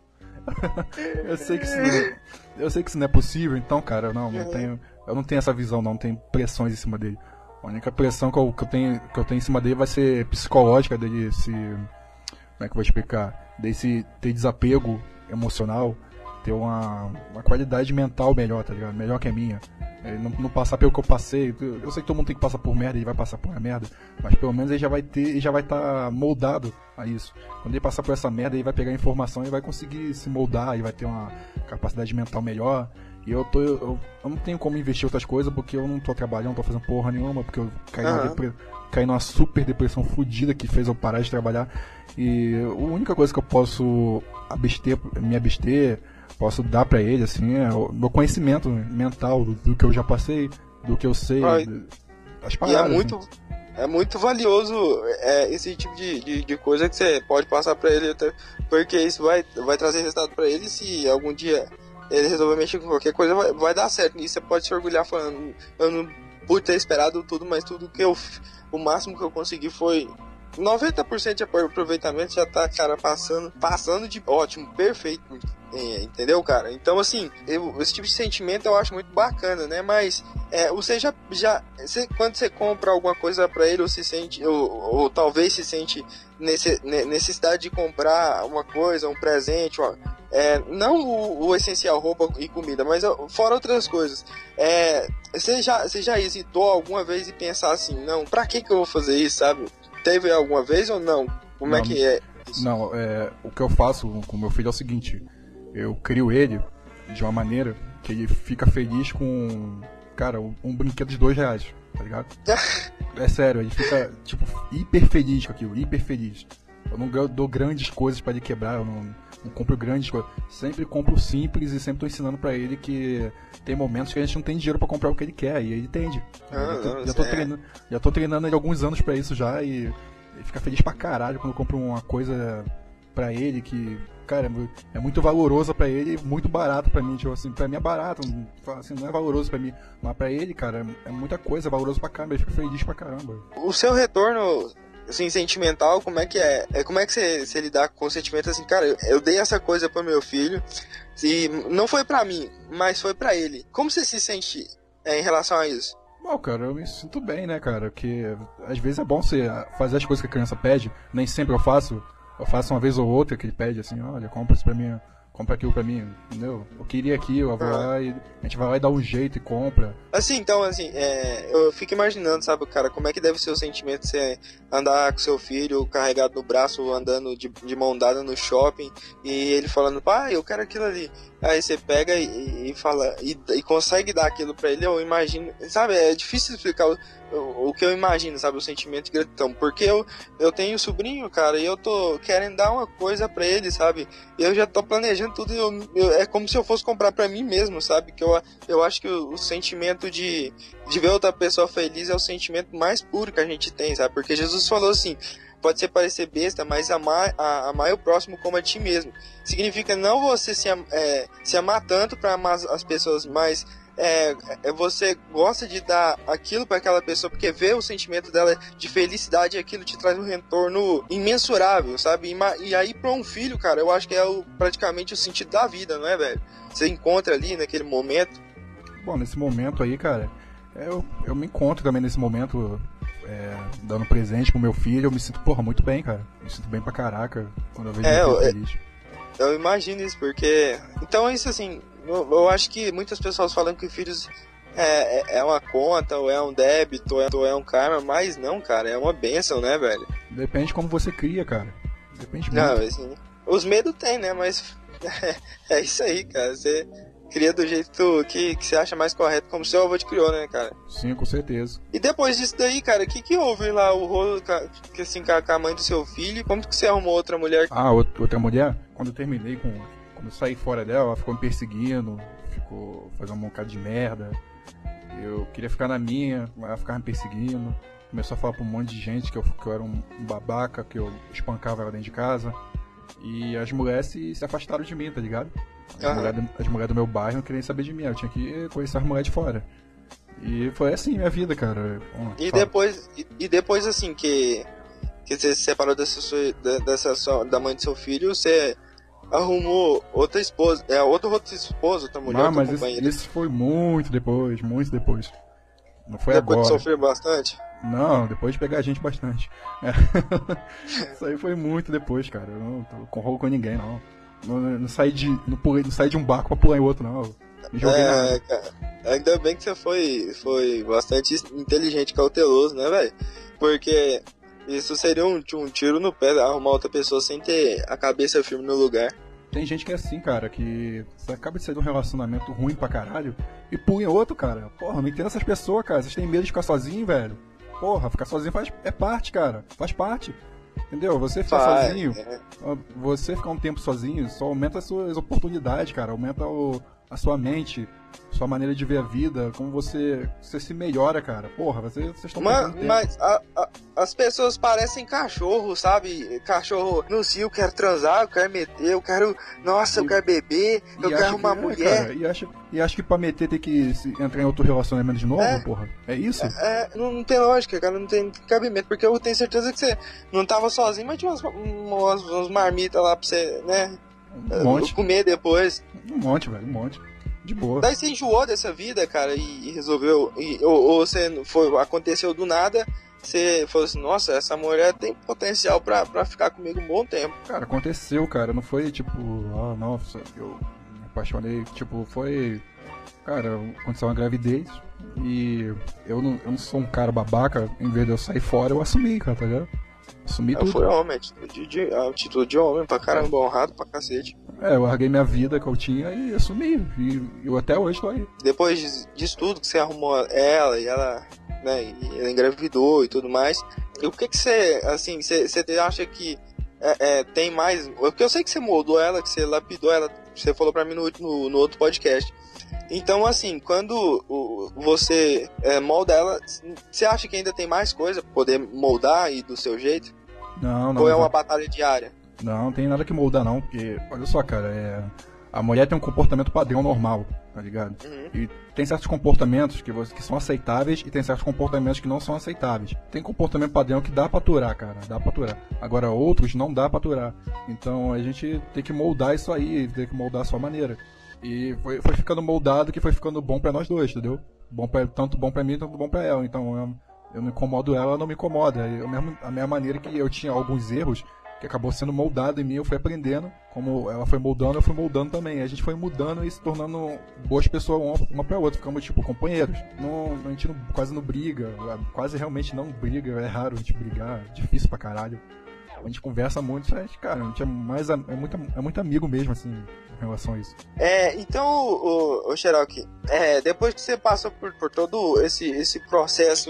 eu sei que isso não, eu sei que isso não é possível, então, cara, eu não, não tenho, eu não tenho essa visão, não, não tenho pressões em cima dele. A única pressão que eu, que eu, tenho, que eu tenho em cima dele vai ser psicológica, dele se... Como é que eu vou explicar? Dele se ter desapego emocional, ter uma, uma qualidade mental melhor, tá ligado? Melhor que a minha. Ele não, não passar pelo que eu passei. Eu sei que todo mundo tem que passar por merda, ele vai passar por uma merda, mas pelo menos ele já vai ter, ele já vai estar tá moldado a isso. Quando ele passar por essa merda, ele vai pegar informação e vai conseguir se moldar, ele vai ter uma capacidade mental melhor. E eu, tô, eu, eu não tenho como investir em outras coisas porque eu não tô trabalhando, não tô fazendo porra nenhuma, porque eu caí, uhum. numa, depre, caí numa super depressão fodida que fez eu parar de trabalhar. E a única coisa que eu posso abster, me abster, posso dar pra ele, assim, é o meu conhecimento mental do, do que eu já passei, do que eu sei, Ai, as paradas. E é muito, assim. é muito valioso é, esse tipo de, de, de coisa que você pode passar pra ele, até, porque isso vai, vai trazer resultado pra ele. Se algum dia ele resolver mexer com qualquer coisa, vai, vai dar certo. E você pode se orgulhar falando, eu não pude ter esperado tudo, mas tudo que eu, o máximo que eu consegui foi noventa por cento de aproveitamento. Já tá, cara, passando, passando de ótimo, perfeito, é, entendeu, cara? Então, assim, eu, esse tipo de sentimento eu acho muito bacana, né? Mas é, você já, já você, quando você compra alguma coisa pra ele, ou se sente, ou, ou talvez se sente nesse, necessidade de comprar uma coisa, um presente, uma, É, não o, o essencial, roupa e comida, mas fora outras coisas. É, você, já, você já hesitou alguma vez e pensar assim, não, pra que que eu vou fazer isso, sabe? Teve alguma vez ou não? Como não, é que é isso? Não, é, o que eu faço com o meu filho é o seguinte, eu crio ele de uma maneira que ele fica feliz com, cara, um, um brinquedo de dois reais, tá ligado? É sério, ele fica, tipo, hiper feliz com aquilo, hiper feliz. Eu não dou grandes coisas pra ele quebrar, eu não, não compro grandes coisas. Sempre compro simples e sempre tô ensinando pra ele que tem momentos que a gente não tem dinheiro pra comprar o que ele quer, e ele entende. Ah, já, tô, não, já, tô é. treinando, já tô treinando ele há alguns anos pra isso já, e ele fica feliz pra caralho quando eu compro uma coisa pra ele que, cara, é muito valorosa pra ele e muito barato pra mim. Tipo assim, pra mim é barato, assim, não é valoroso pra mim, mas pra ele, cara, é muita coisa, é valoroso pra caramba, ele fica feliz pra caramba. O seu retorno, assim, sentimental, como é que é? é como é que você, você lidar com o sentimento assim, cara, eu, eu dei essa coisa pro meu filho, e não foi pra mim, mas foi pra ele. Como você se sente é, em relação a isso? Bom, cara, eu me sinto bem, né, cara, porque às vezes é bom você fazer as coisas que a criança pede, nem sempre eu faço, eu faço uma vez ou outra que ele pede assim, olha, compra isso pra mim, compra aquilo pra mim, entendeu? Eu queria aquilo, eu vou Ah. lá e a gente vai lá e dá um jeito e compra. Assim, então, assim, é, eu fico imaginando, sabe, cara, como é que deve ser o sentimento de você andar com seu filho carregado no braço, andando de, de mão dada no shopping, e ele falando, pai, eu quero aquilo ali. Aí você pega e, e fala, e, e consegue dar aquilo pra ele, eu imagino, sabe, é difícil explicar o, o, o que eu imagino, sabe, o sentimento de gratidão, porque eu, eu tenho um sobrinho, cara, e eu tô querendo dar uma coisa pra ele, sabe, e eu já tô planejando tudo, eu, eu, é como se eu fosse comprar pra mim mesmo, sabe, que eu, eu acho que o, o sentimento de, de ver outra pessoa feliz é o sentimento mais puro que a gente tem, sabe, porque Jesus falou assim, pode ser parecer besta, mas amar, a, amar o próximo como a ti mesmo. Significa não você se, é, se amar tanto para amar as pessoas, mas é, é, você gosta de dar aquilo para aquela pessoa, porque vê o sentimento dela de felicidade e aquilo te traz um retorno imensurável, sabe? E, e aí para um filho, cara, eu acho que é o, praticamente o sentido da vida, não é, velho? Você encontra ali naquele momento. Bom, nesse momento aí, cara, eu, eu me encontro também nesse momento... É, dando presente pro meu filho, eu me sinto, porra, muito bem, cara. Me sinto bem pra caraca quando eu vejo É, meu filho eu- feliz. Eu imagino isso, porque... Então, isso assim, eu, eu acho que muitas pessoas falam que filhos é, é, é uma conta, ou é um débito, ou é, ou é um karma, mas não, cara, é uma bênção, né, velho? Depende de como você cria, cara. Depende muito. Não, assim, os medos tem, né, mas é isso aí, cara, você cria do jeito que, que você acha mais correto, como seu avô te criou, né, cara? Sim, com certeza. E depois disso daí, cara, o que que houve lá, o rolo ca- que, assim, com a com a mãe do seu filho, como que você arrumou outra mulher? Ah, out- outra mulher, quando eu terminei com. Quando eu saí fora dela, ela ficou me perseguindo, ficou fazendo um bocado de merda. Eu queria ficar na minha, ela ficava me perseguindo. Começou a falar pra um monte de gente que eu, que eu era um babaca, que eu espancava ela dentro de casa. E as mulheres se, se afastaram de mim, tá ligado? As Aham. mulheres do- as mulheres do meu bairro não queriam saber de mim, eu tinha que conhecer as mulheres de fora. E foi assim minha vida, cara. Bom, E fala. depois, e, e depois assim que, que você se separou dessa, sua, da- dessa sua- da mãe do seu filho, você arrumou outra esposa, é outro outro esposo, outra mulher, Ah, outra mas isso, companheira. isso foi muito depois, muito depois. Não foi Depois de agora. sofrer bastante. Não, depois de pegar a gente bastante. É. Isso aí foi muito depois, cara. Eu não tô com rolo com ninguém, não. Não, não saí de. Não, pulei, não saí de um barco pra pular em outro, não. Me joguei na É, cara, ainda bem que você foi, foi bastante inteligente, cauteloso, né, velho? Porque isso seria um, um tiro no pé, arrumar outra pessoa sem ter a cabeça firme no lugar. Tem gente que é assim, cara, que você acaba de sair de um relacionamento ruim pra caralho e pula em outro, cara. Porra, não entendo essas pessoas, cara. Vocês têm medo de ficar sozinho, velho? Porra, ficar sozinho faz, é parte, cara. Faz parte. Entendeu? Você ficar Vai, sozinho, é. você ficar um tempo sozinho só aumenta as suas oportunidades, cara. Aumenta o, a sua mente, sua maneira de ver a vida, como você, você se melhora, cara. Porra, você, vocês estão Mas, perdendo tempo. mas a- a- as pessoas parecem cachorro, sabe? Cachorro no cio, eu quero transar, eu quero meter, eu quero. Nossa, eu E- quero beber, eu E quero acha uma que- é, mulher. cara, e, acha, e acha que pra meter tem que se- entrar em outro relacionamento de novo, É. porra? É isso? É, não, não tem lógica, cara, não tem cabimento, porque eu tenho certeza que você não tava sozinho, mas tinha umas, umas, umas marmitas lá pra você, né? Um monte. Comer depois. Um monte, velho, um monte. De boa. Daí você enjoou dessa vida, cara, e, e resolveu. E, ou, ou você foi, aconteceu do nada você falou assim, nossa, essa mulher tem potencial pra, pra ficar comigo um bom tempo? Cara, aconteceu, cara. Não foi tipo, ah, nossa, eu me apaixonei. Tipo, foi. Cara, aconteceu uma gravidez e eu não, eu não sou um cara babaca. Em vez de eu sair fora, eu assumi, cara, tá ligado? Assumi tudo. Foi homem, atitude de, atitude de homem pra caramba, honrado pra cacete. É, eu larguei minha vida que eu tinha e assumi. E eu até hoje tô aí. Depois disso tudo que você arrumou ela e ela, né, e ela engravidou e tudo mais, e o que que você, assim, você, você acha que é, é, tem mais... Porque eu sei que você moldou ela, que você lapidou ela, você falou pra mim no, no, no outro podcast. Então, assim, quando o, você é, molda ela, você acha que ainda tem mais coisa pra poder moldar e do seu jeito? Não, não. Ou é uma não. batalha diária? Não, não tem nada que moldar não, porque, olha só, cara, é... a mulher tem um comportamento padrão normal, tá ligado? Uhum. E tem certos comportamentos que, você, que são aceitáveis e tem certos comportamentos que não são aceitáveis. Tem comportamento padrão que dá pra aturar, cara, dá pra aturar. Agora, outros não dá pra aturar. Então, a gente tem que moldar isso aí, tem que moldar a sua maneira. E foi, foi ficando moldado que foi ficando bom pra nós dois, entendeu? Bom pra, tanto bom pra mim, tanto bom pra ela. Então, eu, eu não incomodo ela, ela não me incomoda. Eu mesmo, a minha maneira que eu tinha alguns erros que acabou sendo moldado em mim, eu fui aprendendo. Como ela foi moldando, eu fui moldando também. A gente foi mudando e se tornando boas pessoas uma, uma pra outra. Ficamos, tipo, companheiros. Não, a gente não, quase não briga. Quase realmente não briga. É raro a gente brigar. É difícil pra caralho. A gente conversa muito. A gente, cara, a gente é, mais, é, muito, é muito amigo mesmo, assim, em relação a isso. É, então, o, o Cherokee, é, depois que você passou por, por todo esse, esse processo...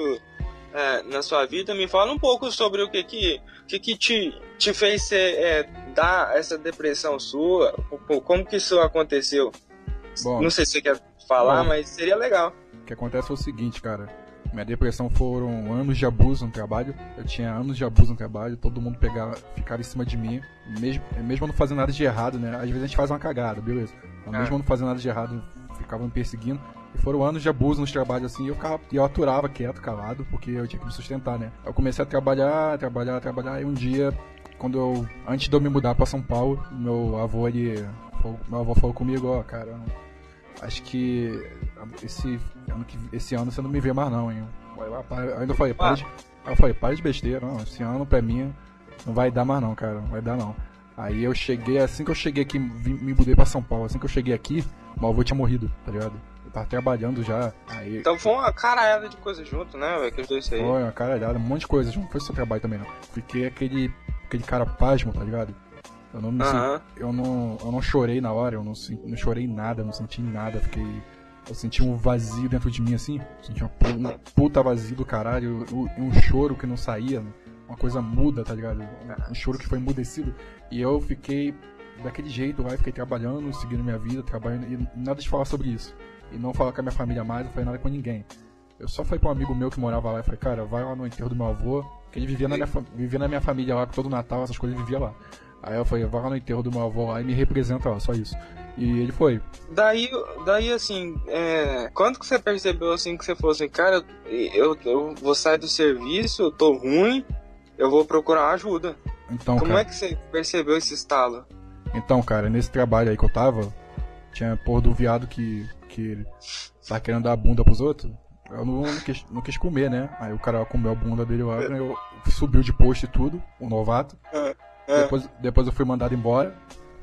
É, na sua vida, me fala um pouco sobre o que que, que, que te, te fez ser, é, dar essa depressão sua, como que isso aconteceu. Bom, não sei se você quer falar, bom, mas seria legal. O que acontece é o seguinte, cara, minha depressão foram anos de abuso no trabalho, eu tinha anos de abuso no trabalho, todo mundo pegava, ficava em cima de mim, mesmo, mesmo eu não fazendo nada de errado, né, às vezes a gente faz uma cagada, beleza, mas mesmo eu não fazendo nada de errado, ficava me perseguindo. E foram anos de abuso nos trabalhos assim, e eu, ficava, eu aturava quieto, calado, porque eu tinha que me sustentar, né. Eu comecei a trabalhar, trabalhar, trabalhar, e um dia, quando eu, antes de eu me mudar pra São Paulo, meu avô, ele, meu avô falou comigo, ó, cara, acho que esse ano, esse ano você não me vê mais não, hein. Eu ainda falei, para de, eu falei, para de besteira, não, esse ano pra mim não vai dar mais não, cara, não vai dar não. Aí eu cheguei, assim que eu cheguei aqui, vim, me mudei pra São Paulo, assim que eu cheguei aqui, meu avô tinha morrido, tá ligado? Tava trabalhando já. Aí... Então foi uma caralhada de coisa junto, né, velho? Aqueles dois aí. Foi uma caralhada, um monte de coisa junto. Não foi só trabalho também, não. Fiquei aquele, aquele cara pasmo, tá ligado? Eu não, me uh-huh. senti, eu não, eu não chorei na hora, eu não, não chorei nada, não senti nada. Fiquei. Eu senti um vazio dentro de mim assim. Senti uma, uma puta vazio do caralho. Um, um choro que não saía. Uma coisa muda, tá ligado? Um, um choro que foi emudecido. E eu fiquei daquele jeito lá, fiquei trabalhando, seguindo minha vida, trabalhando. E nada de falar sobre isso. E não falar com a minha família mais, não falei nada com ninguém. Eu só falei pra um amigo meu que morava lá e falei, cara, vai lá no enterro do meu avô, que ele vivia na minha, vivia na minha família lá, todo Natal, essas coisas, ele vivia lá. Aí eu falei, vai lá no enterro do meu avô lá e me representa lá, só isso. E ele foi. Daí, daí assim, é, quando que você percebeu assim, que você falou assim, cara, eu, eu vou sair do serviço, eu tô ruim, eu vou procurar ajuda. Então, Como cara, é que você percebeu esse estalo? Então, cara, nesse trabalho aí que eu tava, tinha porra do viado que... que ele tá querendo dar a bunda pros outros, eu não, não, quis, não quis comer, né? Aí o cara comeu a bunda dele lá, eu subiu de posto e tudo, o novato. É, é. Depois, depois eu fui mandado embora.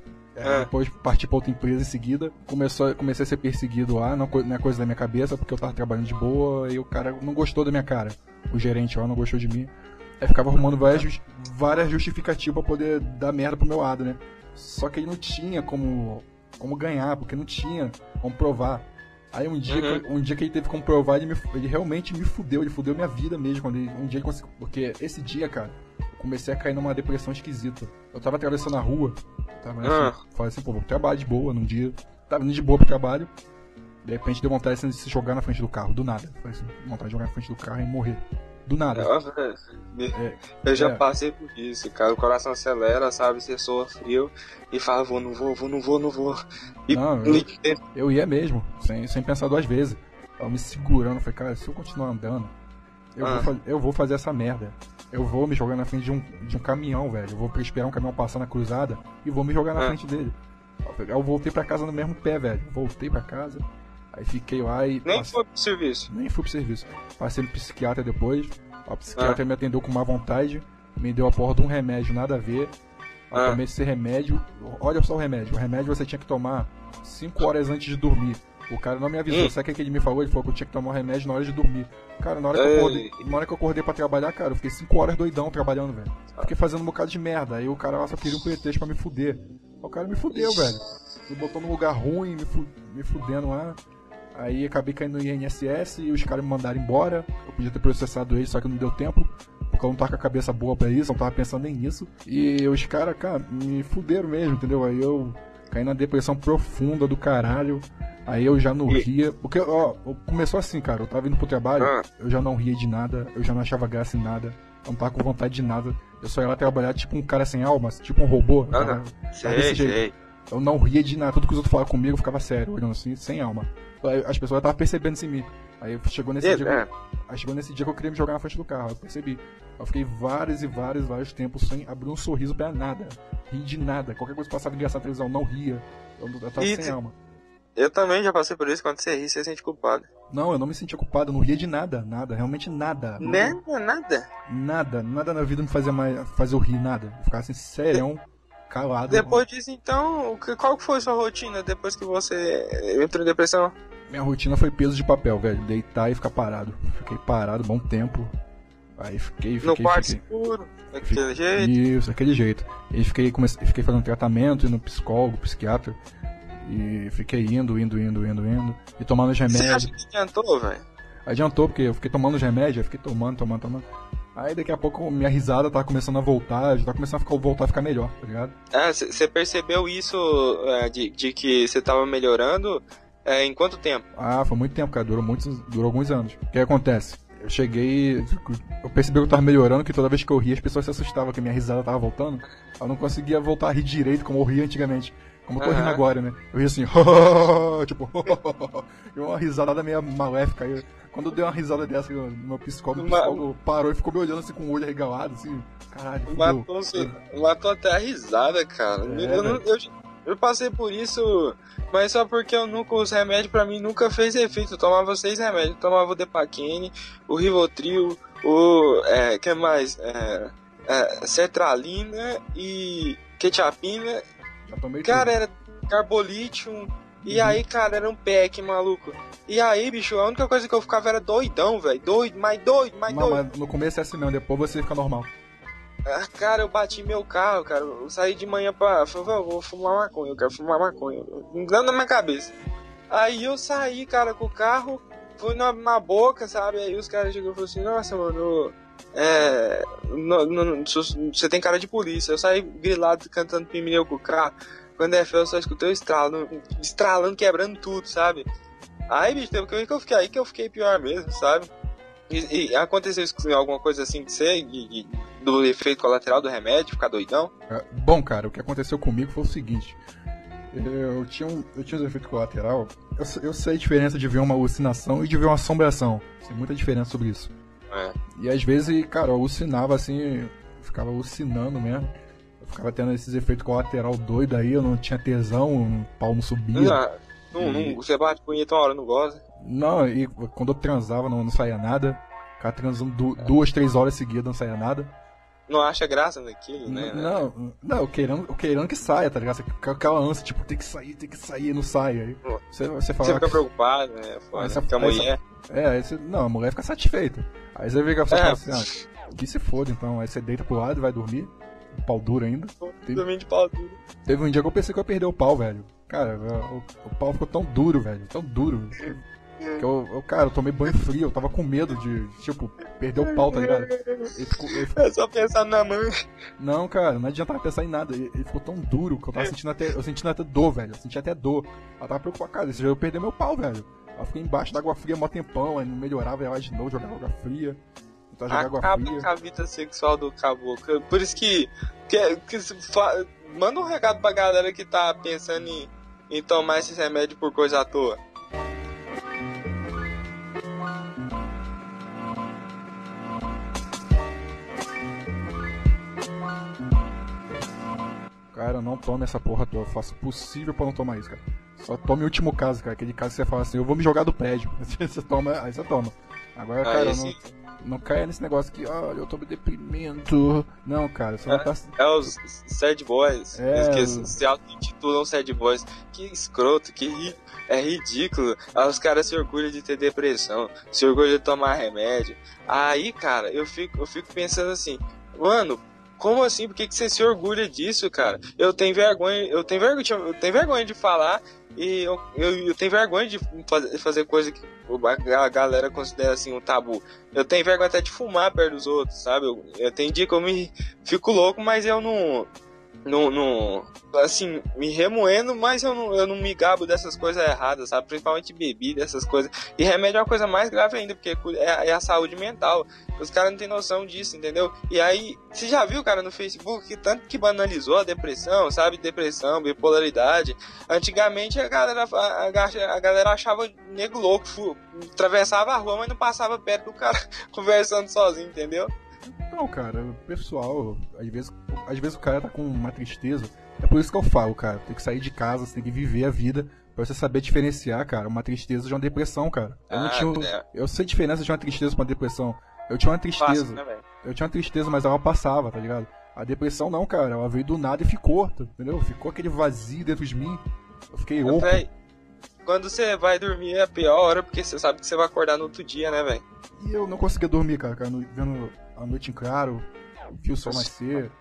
É. Depois parti pra outra empresa em seguida. Começou, comecei a ser perseguido lá, não, não é coisa da minha cabeça, porque eu tava trabalhando de boa e o cara não gostou da minha cara. O gerente lá não gostou de mim. Aí ficava arrumando várias, várias justificativas pra poder dar merda pro meu lado, né? Só que ele não tinha como... como ganhar, porque não tinha como provar. Aí um dia, uhum. que, um dia que ele teve como provar, ele, me, ele realmente me fudeu, ele fudeu minha vida mesmo, quando ele, um dia ele conseguiu, porque esse dia, cara, eu comecei a cair numa depressão esquisita. Eu tava atravessando a rua, tava assim, uhum. falei assim, pô, vou trabalhar de boa num dia, tava indo de boa pro trabalho, de repente deu vontade de se jogar na frente do carro, do nada, falei assim, vontade de jogar na frente do carro e morrer. Do nada. É, eu já é. passei por isso, cara. O coração acelera, sabe? Você soa frio e fala, vou, não vou, vou, não vou, não vou. E... Não, eu, eu ia mesmo, sem, sem pensar duas vezes. Eu me segurando, falei, cara, se eu continuar andando, eu, ah. vou, eu vou fazer essa merda. Eu vou me jogar na frente de um, de um caminhão, velho. Eu vou esperar um caminhão passar na cruzada e vou me jogar na ah. frente dele. Eu voltei pra casa no mesmo pé, velho. Voltei pra casa. Aí fiquei lá e... Nem passei... foi pro serviço? Nem fui pro serviço. Passei no psiquiatra depois. A psiquiatra ah. me atendeu com má vontade, me deu a porra de um remédio, nada a ver. Eu ah. tomei esse remédio, olha só o remédio. O remédio você tinha que tomar cinco horas antes de dormir. O cara não me avisou, hum. sabe o que ele me falou? Ele falou que eu tinha que tomar um remédio na hora de dormir. Cara, na hora, que eu acordei, na hora que eu acordei pra trabalhar, cara, eu fiquei cinco horas doidão trabalhando, velho. Fiquei fazendo um bocado de merda. Aí o cara lá só queria um pretexto pra me fuder. O cara me fudeu, velho. Me botou num lugar ruim, me, fu me fudendo lá. Aí acabei caindo no I N S S e os caras me mandaram embora. Eu podia ter processado eles, só que não deu tempo. Porque eu não tava com a cabeça boa pra isso, não tava pensando nem nisso. E os caras, cara, me fuderam mesmo, entendeu? Aí eu caí na depressão profunda do caralho. Aí eu já não ria. Porque, ó, começou assim, cara. Eu tava indo pro trabalho, eu já não ria de nada, eu já não achava graça em nada. Eu não tava com vontade de nada. Eu só ia lá trabalhar tipo um cara sem alma, tipo um robô. Ah, tava, sei, desse jeito. Sei. Eu não ria de nada. Tudo que os outros falavam comigo, eu ficava sério, olhando assim, sem alma. As pessoas estavam percebendo isso em mim. Aí chegou nesse, é, dia é. Que, aí chegou nesse dia que eu queria me jogar na frente do carro. Eu percebi. Eu fiquei vários e vários, vários tempos sem abrir um sorriso pra nada. Rir de nada. Qualquer coisa que passava engraçado na televisão, não ria. Eu, eu tava e sem te... alma. Eu também já passei por isso. Quando você ri, você se sente culpado. Não, eu não me sentia culpado. Eu não ria de nada. Nada. Realmente nada. Nada? Nada? Nada. Nada na vida me fazia, mais, fazer eu rir. Nada. Eu ficava assim, serião. Calado. Depois disso, então, qual que foi sua rotina depois que você entrou em depressão? Minha rotina foi peso de papel, velho. Deitar e ficar parado. Fiquei parado um bom tempo. Aí fiquei, fiquei, no quarto fiquei. escuro, daquele fiquei, jeito? Isso, daquele jeito. E fiquei, comecei, fiquei fazendo tratamento, indo no psicólogo, psiquiatra. E fiquei indo, indo, indo, indo, indo. E tomando os remédios. Você acha que adiantou, velho? Adiantou, porque eu fiquei tomando os remédios, eu fiquei tomando, tomando, tomando. Aí daqui a pouco minha risada tava começando a voltar, já tava começando a ficar, voltar a ficar melhor, tá ligado? Ah, você percebeu isso é, de, de que você tava melhorando é, em quanto tempo? Ah, foi muito tempo, cara, durou, muitos, durou alguns anos. O que acontece? Eu cheguei, eu percebi que eu tava melhorando, que toda vez que eu ria as pessoas se assustavam que minha risada tava voltando. Eu não conseguia voltar a rir direito como eu ria antigamente. Como eu tô uhum. rindo agora, né? Eu ria assim, tipo, e uma risada meio maléfica. Aí, quando eu dei uma risada dessa, o meu psicólogo, o psicólogo parou e ficou me olhando assim com o olho arregalado, assim, caralho. Matou, matou até a risada, cara. É, eu, não, eu, eu passei por isso, mas só porque eu nunca, os remédios pra mim nunca fez efeito. Eu tomava seis remédios, eu tomava o Depaquine, o Rivotril, o, é, que mais? É, é, Sertralina e Quetiapina. Cara, era Carbolítio. E uhum. aí, cara, era um pack, maluco. E aí, bicho, a única coisa que eu ficava era doidão, velho. Doido, mais doido, mais não, doido. Mas no começo é assim mesmo, depois você fica normal. Ah, cara, eu bati meu carro, cara. Eu saí de manhã pra... Falei, eu vou fumar maconha, eu quero fumar maconha. Dando na minha cabeça. Aí eu saí, cara, com o carro, fui na, na boca, sabe? Aí os caras chegou e falaram assim, nossa, mano... É, no, no, você tem cara de polícia. Eu saí grilado cantando pneu com o carro. Quando é fé eu só escutei o estralo, estralando, quebrando tudo, sabe? Aí, bicho, teve que eu fiquei aí que eu fiquei pior mesmo, sabe? E, e aconteceu isso, alguma coisa assim que você, e, e, do efeito colateral do remédio, ficar doidão? É, bom, cara, o que aconteceu comigo foi o seguinte. Eu tinha um, eu tinha um efeito colateral. Eu, eu sei a diferença de ver uma alucinação e de ver uma assombração. Tem muita diferença sobre isso. É. E às vezes, cara, eu alucinava assim, ficava alucinando mesmo. Eu ficava tendo esses efeitos colateral doido aí, eu não tinha tesão, o pau não subia. Não, não, e... não, você bate punheta uma hora, não goza. Não, e quando eu transava não, não saía nada. Ficava transando du é. duas, três horas seguidas, não saía nada. Não acha graça naquilo, né? Não, não, eu querendo, eu querendo que saia, tá ligado? Aquela ânsia, tipo, tem que sair, tem que sair, não sai. Aí você, você, fala, você fica preocupado, né? Foda, você, fica a mulher. Você, é, aí você, não, a mulher fica satisfeita. Aí você vê que você é. fala assim, ah, que se foda então. Aí você deita pro lado e vai dormir. Um pau duro ainda. Dormindo de pau duro. Teve um dia que eu pensei que eu ia perder o pau, velho. Cara, o, o pau ficou tão duro, velho. Tão duro. Que eu, eu, cara, eu tomei banho frio, eu tava com medo de, tipo, perder o pau, tá ligado? Ele ficou, ele ficou... É só pensar na mão. Não, cara, não adiantava pensar em nada. Ele, ele ficou tão duro que eu tava sentindo até. Eu sentindo até dor, velho. Eu senti até dor. Eu tava preocupado, cara, esse dia eu ia perder meu pau, velho. Eu fiquei embaixo da água fria mó tempão, aí não melhorava, ia lá de novo, jogava água fria. Então jogar água fria. Acaba com a vida sexual do caboclo. Por isso que. que, que fa... Manda um recado pra galera que tá pensando em, em tomar esses remédios por coisa à toa. Cara, não tome essa porra toda. Eu faço o possível pra não tomar isso, cara. Só tome o último caso, cara. Aquele caso que você fala assim, eu vou me jogar do prédio. Você toma, aí você toma. Agora, ah, cara, esse, não... Não caia nesse negócio que, olha, eu tô me deprimindo. Não, cara, você não tá... É os sad boys, É, que os- se auto-intitulam sad boys. Que escroto, que ri... é ridículo. Aí os caras se orgulham de ter depressão, se orgulham de tomar remédio. Aí, cara, eu fico, eu fico pensando assim, mano, como assim? Por que, que você se orgulha disso, cara? Eu tenho vergonha, eu tenho vergonha, eu tenho vergonha de falar e eu, eu, eu tenho vergonha de fazer, fazer coisa que a galera considera assim um tabu. Eu tenho vergonha até de fumar perto dos outros, sabe? Eu, eu tenho dia que eu me fico louco, mas eu não, não, não assim, me remoendo, mas eu não, eu não me gabo dessas coisas erradas, sabe? Principalmente bebida, essas coisas. E remédio é uma coisa mais grave ainda, porque é, é a saúde mental. Os caras não têm noção disso, entendeu? E aí, você já viu, cara, no Facebook, que tanto que banalizou a depressão, sabe? Depressão, bipolaridade. Antigamente a galera, a, a, a galera achava nego louco, fu, atravessava a rua, mas não passava perto do cara conversando sozinho, entendeu? Não, cara, o pessoal, às vezes, às vezes o cara tá com uma tristeza. É por isso que eu falo, cara, tem que sair de casa, você tem que viver a vida pra você saber diferenciar, cara, uma tristeza de uma depressão, cara. Eu não Ah, tinha, é. eu sei a diferença de uma tristeza pra uma depressão. Eu tinha uma tristeza, Fácil, né, velho? eu tinha uma tristeza, mas ela passava, tá ligado? A depressão não, cara, ela veio do nada e ficou, tá- entendeu? Ficou aquele vazio dentro de mim. Eu fiquei oco. Véi, quando você vai dormir é a pior hora, porque você sabe que você vai acordar no outro dia, né, velho? E eu não conseguia dormir, cara, cara, no- vendo a noite em claro, vi o sol nascer.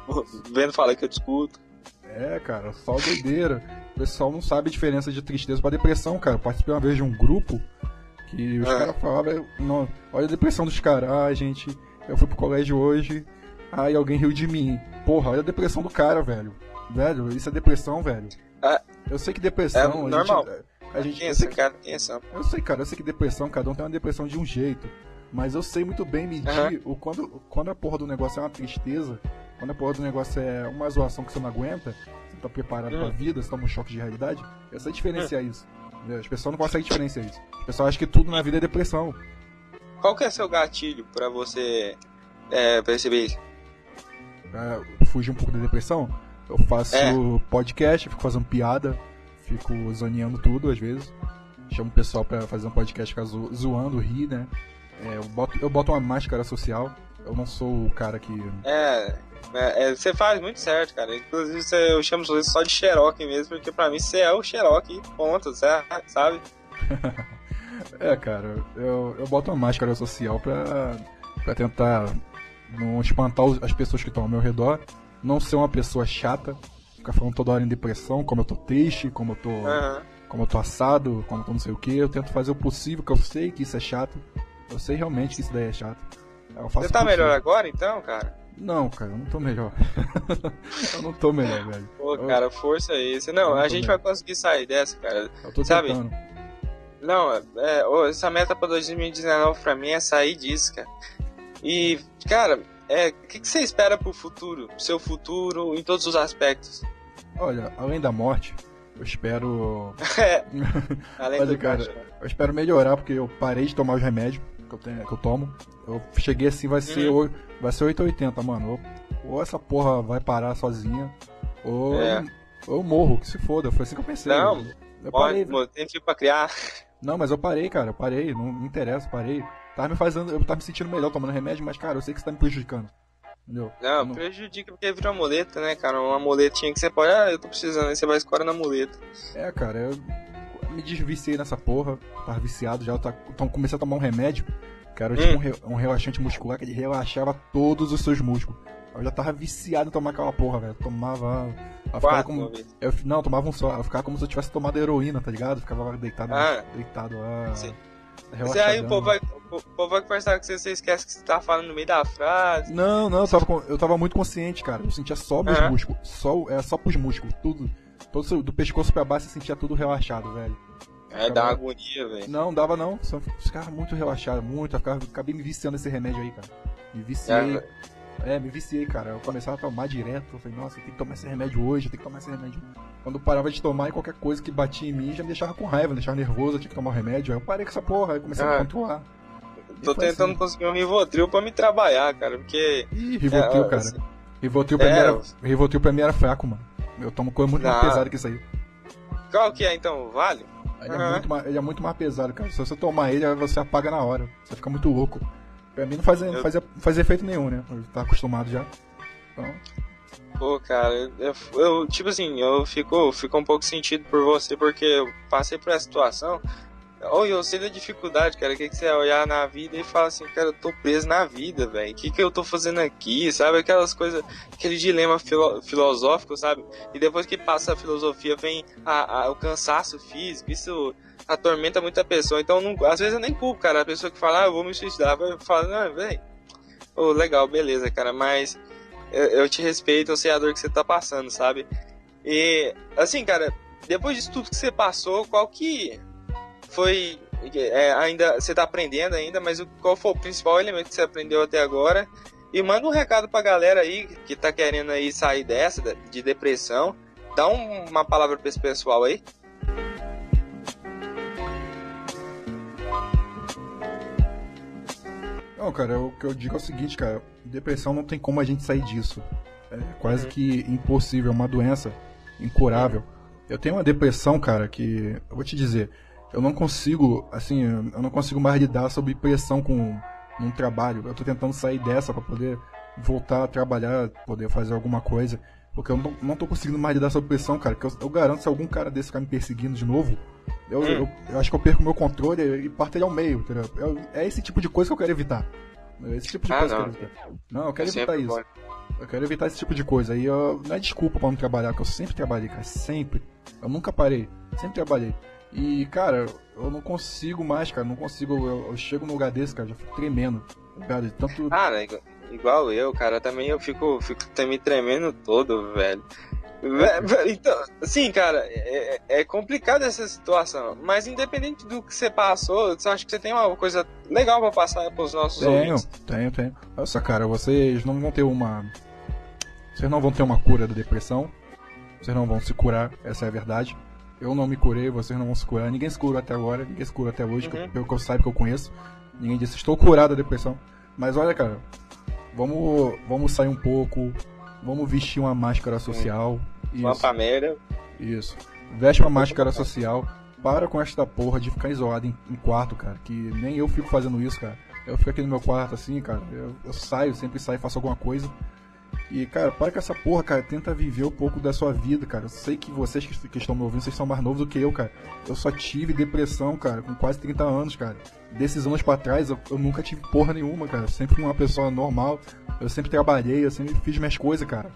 Vendo falar que eu discuto. É, cara, só doideira. O pessoal não sabe a diferença de tristeza pra depressão, cara. Eu participei uma vez de um grupo que os Ah. caras falavam, não, olha a depressão dos caras, ah, gente, eu fui pro colégio hoje, aí alguém riu de mim. Porra, olha a depressão do cara, velho. Velho, isso é depressão, velho. Ah. Eu sei que depressão. É normal. A gente, a gente, eu, Pensa, sei que, cara, pensa. eu sei, cara, eu sei que depressão, cada um tem uma depressão de um jeito. Mas eu sei muito bem medir Aham. o quando, quando a porra do negócio é uma tristeza, quando a porra do negócio é uma zoação que você não aguenta, você tá preparado Hum. pra vida, você toma um choque de realidade, eu sei diferenciar isso. Entendeu? As pessoas não conseguem diferenciar isso. As pessoas acham que tudo na vida é depressão. Qual que é seu gatilho pra você é, perceber isso? Pra fugir um pouco da depressão, eu faço É. podcast, fico fazendo piada, fico zoneando tudo às vezes. Chamo o pessoal pra fazer um podcast, ficar zo- zoando, rir, né? É, eu, boto, eu boto uma máscara social. Eu não sou o cara que. É, é, é, você faz muito certo, cara. Inclusive, você, eu chamo você só de Xerox mesmo, porque pra mim você é o Xerox, ponto, você sabe? É, cara, eu, eu boto uma máscara social pra, pra tentar não espantar os- as pessoas que estão ao meu redor, não ser uma pessoa chata, ficar falando toda hora em depressão, como eu tô triste, como eu tô, Aham. como eu tô assado, como eu tô não sei o que. Eu tento fazer o possível, que eu sei que isso é chato. Eu sei realmente que isso daí é chato. Eu faço Você tá o possível. melhor agora, então, cara? Não, cara, eu não tô melhor. Eu não tô melhor, velho. Pô, Eu- cara, força aí. Você, eu não, não a tô gente melhor. vai conseguir sair dessa, cara. Eu tô Sabe? tentando. Não, é, ô, essa meta pra dois mil e dezenove pra mim é sair disso, cara. E, cara, é, o que, que você espera pro futuro? Pro seu futuro em todos os aspectos? Olha, além da morte, eu espero. É, além Olha, do cara, caixa. eu espero melhorar porque eu parei de tomar os remédios que eu, tenho, que eu tomo. Eu cheguei assim, vai ser, Uhum. oi- vai ser oito e oitenta, mano. Ou, ou essa porra vai parar sozinha, ou, É. ou eu morro, que se foda. Foi assim que eu pensei. Não, eu, eu parei. Ó, tem filho pra criar. Não, mas eu parei, cara. Eu parei. Não me interessa, parei. Tava me fazendo. Eu tava me sentindo melhor tomando remédio, mas, cara, eu sei que isso tá me prejudicando. Entendeu? Eu Não, prejudica porque virou muleta, né, cara? Uma muletinha que você pode, ah, eu tô precisando, aí você vai escorar na muleta. É, cara, eu me desviciei nessa porra. Tava viciado já. Eu tá, então comecei a tomar um remédio. Que era tipo Hum. um, re- um relaxante muscular que ele relaxava todos os seus músculos. Eu já tava viciado em tomar aquela porra, velho. Tomava. Eu ficava Quatro, como. uma vez. Eu, não, eu tomava um só. Eu ficava como se eu tivesse tomado heroína, tá ligado? Eu ficava deitado, Ah. deitado lá. Sim. Você relaxadão. aí o povo, vai, o povo vai conversar com você, você esquece que você tá falando no meio da frase. Não, não, eu tava, com- eu tava muito consciente, cara. Eu sentia só meus Aham. músculos. Só, é só pros músculos. Tudo. Todo seu- do pescoço pra baixo eu sentia tudo relaxado, velho. É, dá uma agonia, velho. Não, dava não. Só ficava muito relaxado, muito. Eu ficava, acabei me viciando nesse remédio aí, cara. Me viciei. É, É, me viciei, cara. Eu começava a tomar direto. Eu falei, nossa, eu tenho que tomar esse remédio hoje, eu tenho que tomar esse remédio. Quando eu parava de tomar e qualquer coisa que batia em mim já me deixava com raiva, me deixava nervoso, eu tinha que tomar o remédio. Aí eu parei com essa porra, aí eu comecei a Ah. me controlar. Tô E foi tentando assim. conseguir um Rivotril pra me trabalhar, cara, porque... Ih, Rivotril, É, cara. assim, Rivotril pra, mim é, era, Rivotril pra mim era fraco, mano. Eu tomo coisa muito mais Não. pesada que isso aí. Qual que é, então? O Vale? Ele, é Aham. muito mais, ele é muito mais pesado, cara. Se você tomar ele, você apaga na hora. Você fica muito louco. Pra mim não faz, Eu- não faz, não faz efeito nenhum, né? Eu tá acostumado já. Então, Pô, cara, eu, eu- tipo assim, eu fico, fico um pouco sentido por você, porque eu passei por essa situação. Oh, eu sei da dificuldade, cara, que, que você olhar na vida e fala assim, cara, eu tô preso na vida, velho. O que, que eu tô fazendo aqui, sabe? Aquelas coisas, aquele dilema filo- filosófico, sabe? E depois que passa a filosofia, vem a, a- o cansaço físico, isso atormenta muita pessoa. Então, não, às vezes eu nem culpo, cara, a pessoa que fala, ah, eu vou me suicidar, vai falar, não, velho, oh, legal, beleza, cara, mas eu, eu te respeito, eu sei a dor que você tá passando, sabe? E, assim, cara, depois disso tudo que você passou, qual que foi, é, ainda, você tá aprendendo ainda, mas o, qual foi o principal elemento que você aprendeu até agora? E manda um recado pra galera aí que tá querendo aí sair dessa, de depressão. Dá um- uma palavra pra esse pessoal aí. não, cara, o que eu digo é o seguinte, cara, depressão não tem como a gente sair disso. É quase que impossível, é uma doença incurável. Eu tenho uma depressão, cara, que eu vou te dizer, eu não consigo, assim, eu não consigo mais lidar sob pressão com um trabalho. Eu tô tentando sair dessa pra poder voltar a trabalhar, poder fazer alguma coisa, porque eu não, não tô conseguindo mais lidar sob pressão, cara, que eu, eu garanto se algum cara desse ficar me perseguindo de novo, eu, Hum. eu, eu acho que eu perco meu controle e parto ele ao meio, entendeu? Eu- é esse tipo de coisa que eu quero evitar. É esse tipo de Ah, coisa não. que eu quero evitar. Não, eu quero É evitar sempre isso. bom. Eu quero evitar esse tipo de coisa. Aí eu, não é desculpa pra não trabalhar, que eu sempre trabalhei, cara. Sempre. Eu nunca parei. Sempre trabalhei. E, cara, eu não consigo mais, cara. Não consigo. Eu, eu chego num lugar desse, cara, já fico tremendo. Tá ligado? De tanto. Ah, né, igual- igual eu, cara, também eu fico, fico me tremendo todo, velho. Vé- vé- Então, assim, cara, é, é é complicado essa situação, mas independente do que você passou, você acha que você tem uma coisa legal pra passar pros nossos Tenho, ouvintes? tenho, tenho. Olha só, cara, vocês não vão ter uma. Vocês não vão ter uma cura da depressão. Vocês não vão se curar, essa é a verdade. Eu não me curei, vocês não vão se curar. Ninguém se curou até agora, ninguém se curou até hoje, que eu- Uhum. pelo que eu saiba, que eu conheço. Ninguém disse, estou curado da depressão. Mas olha, cara, vamos, vamos sair um pouco, vamos vestir uma máscara social. Vamos Isso, pra merda. isso. Veste uma máscara social. Para com esta porra de ficar isolado em, em quarto, cara. Que nem eu fico fazendo isso, cara. Eu fico aqui no meu quarto assim, cara. Eu, eu saio, sempre saio, faço alguma coisa. E, cara, para com essa porra, cara. Tenta viver um pouco da sua vida, cara. Eu sei que vocês que, que estão me ouvindo, vocês são mais novos do que eu, cara. Eu só tive depressão, cara, com quase trinta anos, cara. Desses anos pra trás, eu, eu nunca tive porra nenhuma, cara. Eu sempre fui uma pessoa normal. Eu sempre trabalhei, eu sempre fiz minhas coisas, cara.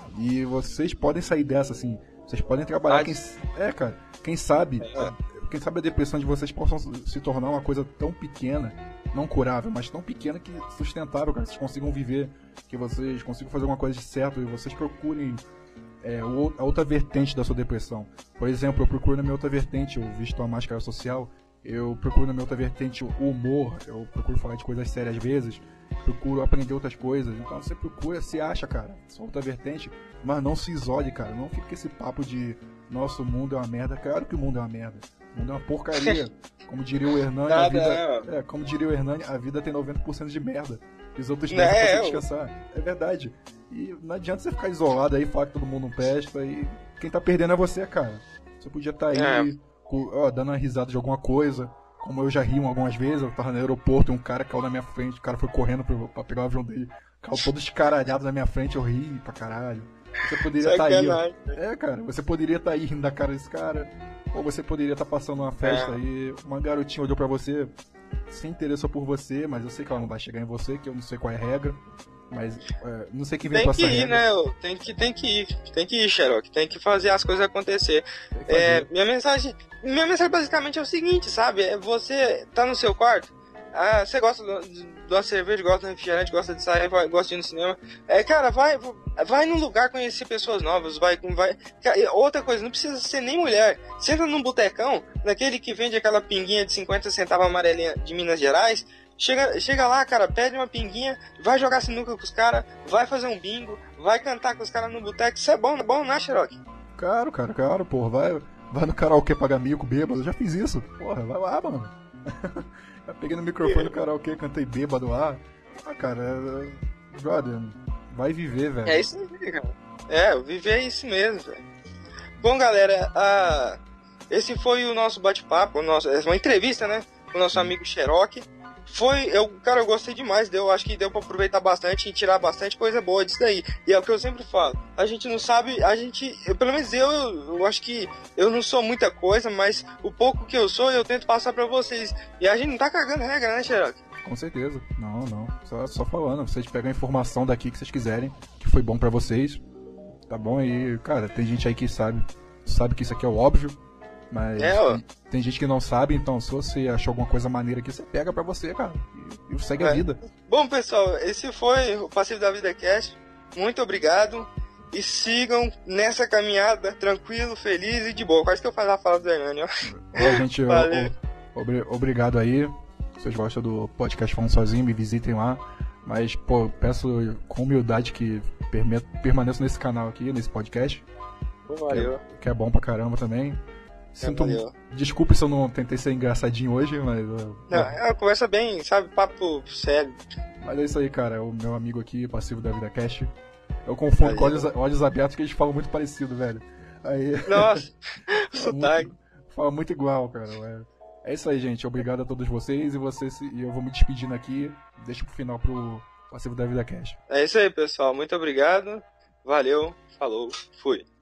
E vocês podem sair dessa, assim. Vocês podem trabalhar. Ah, Quem, é, cara. Quem sabe. É. Quem sabe a depressão de vocês possam se tornar uma coisa tão pequena, não curável, mas tão pequena que sustentável, cara. Vocês consigam viver, que vocês consigam fazer alguma coisa de certo e vocês procurem é, o- a outra vertente da sua depressão. Por exemplo, eu procuro na minha outra vertente, eu visto a máscara social, eu procuro na minha outra vertente o humor, eu procuro falar de coisas sérias às vezes, procuro aprender outras coisas. Então você procura, se acha, cara, sua outra vertente, mas não se isole, cara. Não fique com esse papo de nosso mundo é uma merda. Claro que o mundo é uma merda. O mundo é uma porcaria. Como diria o Hernani, a Nada, vida. né? É, como diria o Hernani, a vida tem noventa por cento de merda. E os outros Né, dez pra você eu- descansar. É verdade. E não adianta você ficar isolado aí, falar que todo mundo não presta. E quem tá perdendo é você, cara. Você podia estar aí, É. com- ó, dando uma risada de alguma coisa. Como eu já ri algumas vezes, eu tava no aeroporto e um cara caiu na minha frente, o cara foi correndo pro- pra pegar o avião dele, caiu todo escaralhado na minha frente, eu ri pra caralho. Você poderia estar aí, ó. Sacanagem. É, cara, você poderia estar aí rindo da cara desse cara, ou você poderia estar passando uma festa É. aí, uma garotinha olhou pra você, se interessou por você, mas eu sei que ela não vai chegar em você, que eu não sei qual é a regra, mas é, não sei quem vem Tem com que essa ir, regra. né? ô? Tem que, tem que ir. Tem que ir, Sherlock. Tem que fazer as coisas acontecer. Tem que É, fazer. minha mensagem. Minha mensagem basicamente é o seguinte, sabe? É você tá no seu quarto. Ah, você gosta do- de uma cerveja, gosta de um refrigerante, gosta de sair, vai- gosta de ir no cinema. É, cara, vai, vai num lugar conhecer pessoas novas, vai, vai. Cara, e outra coisa, não precisa ser nem mulher. Senta num botecão, naquele que vende aquela pinguinha de cinquenta centavos amarelinha de Minas Gerais. Chega, chega lá, cara, pede uma pinguinha, vai jogar sinuca com os caras, vai fazer um bingo, vai cantar com os caras no boteco. Isso é bom, é bom, né, Sherlock? Claro, cara, claro, porra, vai, vai no karaokê pagar mico, bêbado, eu já fiz isso, porra, vai lá, mano. Eu peguei no microfone no karaokê, cantei bêbado lá. Ah, cara, é- brother, vai viver, velho. É isso aí, cara. É, o viver é isso mesmo, velho. Bom, galera, ah, esse foi o nosso bate-papo, o nosso, é uma entrevista, né? Com o nosso amigo Sherlock. foi, eu, cara, eu gostei demais, deu, acho que deu pra aproveitar bastante e tirar bastante coisa boa disso daí. E é o que eu sempre falo, a gente não sabe, a gente, eu, pelo menos eu, eu acho que eu não sou muita coisa, mas o pouco que eu sou, eu tento passar pra vocês. E a gente não tá cagando regra, né, Xerox? Com certeza. Não, não. Só, só falando. Vocês pegam a informação daqui que vocês quiserem, que foi bom pra vocês. Tá bom? E, cara, tem gente aí que sabe. Sabe que isso aqui é o óbvio. Mas é, ó. Tem, tem gente que não sabe, então se você achou alguma coisa maneira aqui, você pega pra você, cara. E, e segue é. a vida. Bom, pessoal, esse foi o Passivo da Vida Cast. Muito obrigado. E sigam nessa caminhada tranquilo, feliz e de boa. Quase que eu faço a fala do Hernani, ó. Ó, gente, Valeu. O, o, obrigado aí. Vocês gostam do podcast Falando Sozinho, me visitem lá. Mas, pô, peço com humildade que permaneçam nesse canal aqui, nesse podcast. Valeu. Que é, que é bom pra caramba também. Sinto, é, valeu. Desculpe se eu não tentei ser engraçadinho hoje, mas... Não, é uma conversa bem, sabe, papo sério. Mas é isso aí, cara. É o meu amigo aqui, Passivo da Vida Cast. Eu confundo valeu. Com olhos, olhos abertos, que eles falam muito parecido, velho. Aí... Nossa, sotaque. Fala muito igual, cara. É... É isso aí, gente. Obrigado a todos vocês e vocês e eu vou me despedindo aqui. Deixa pro final pro Passivo da Vida Cast. É isso aí, pessoal. Muito obrigado. Valeu. Falou. Fui.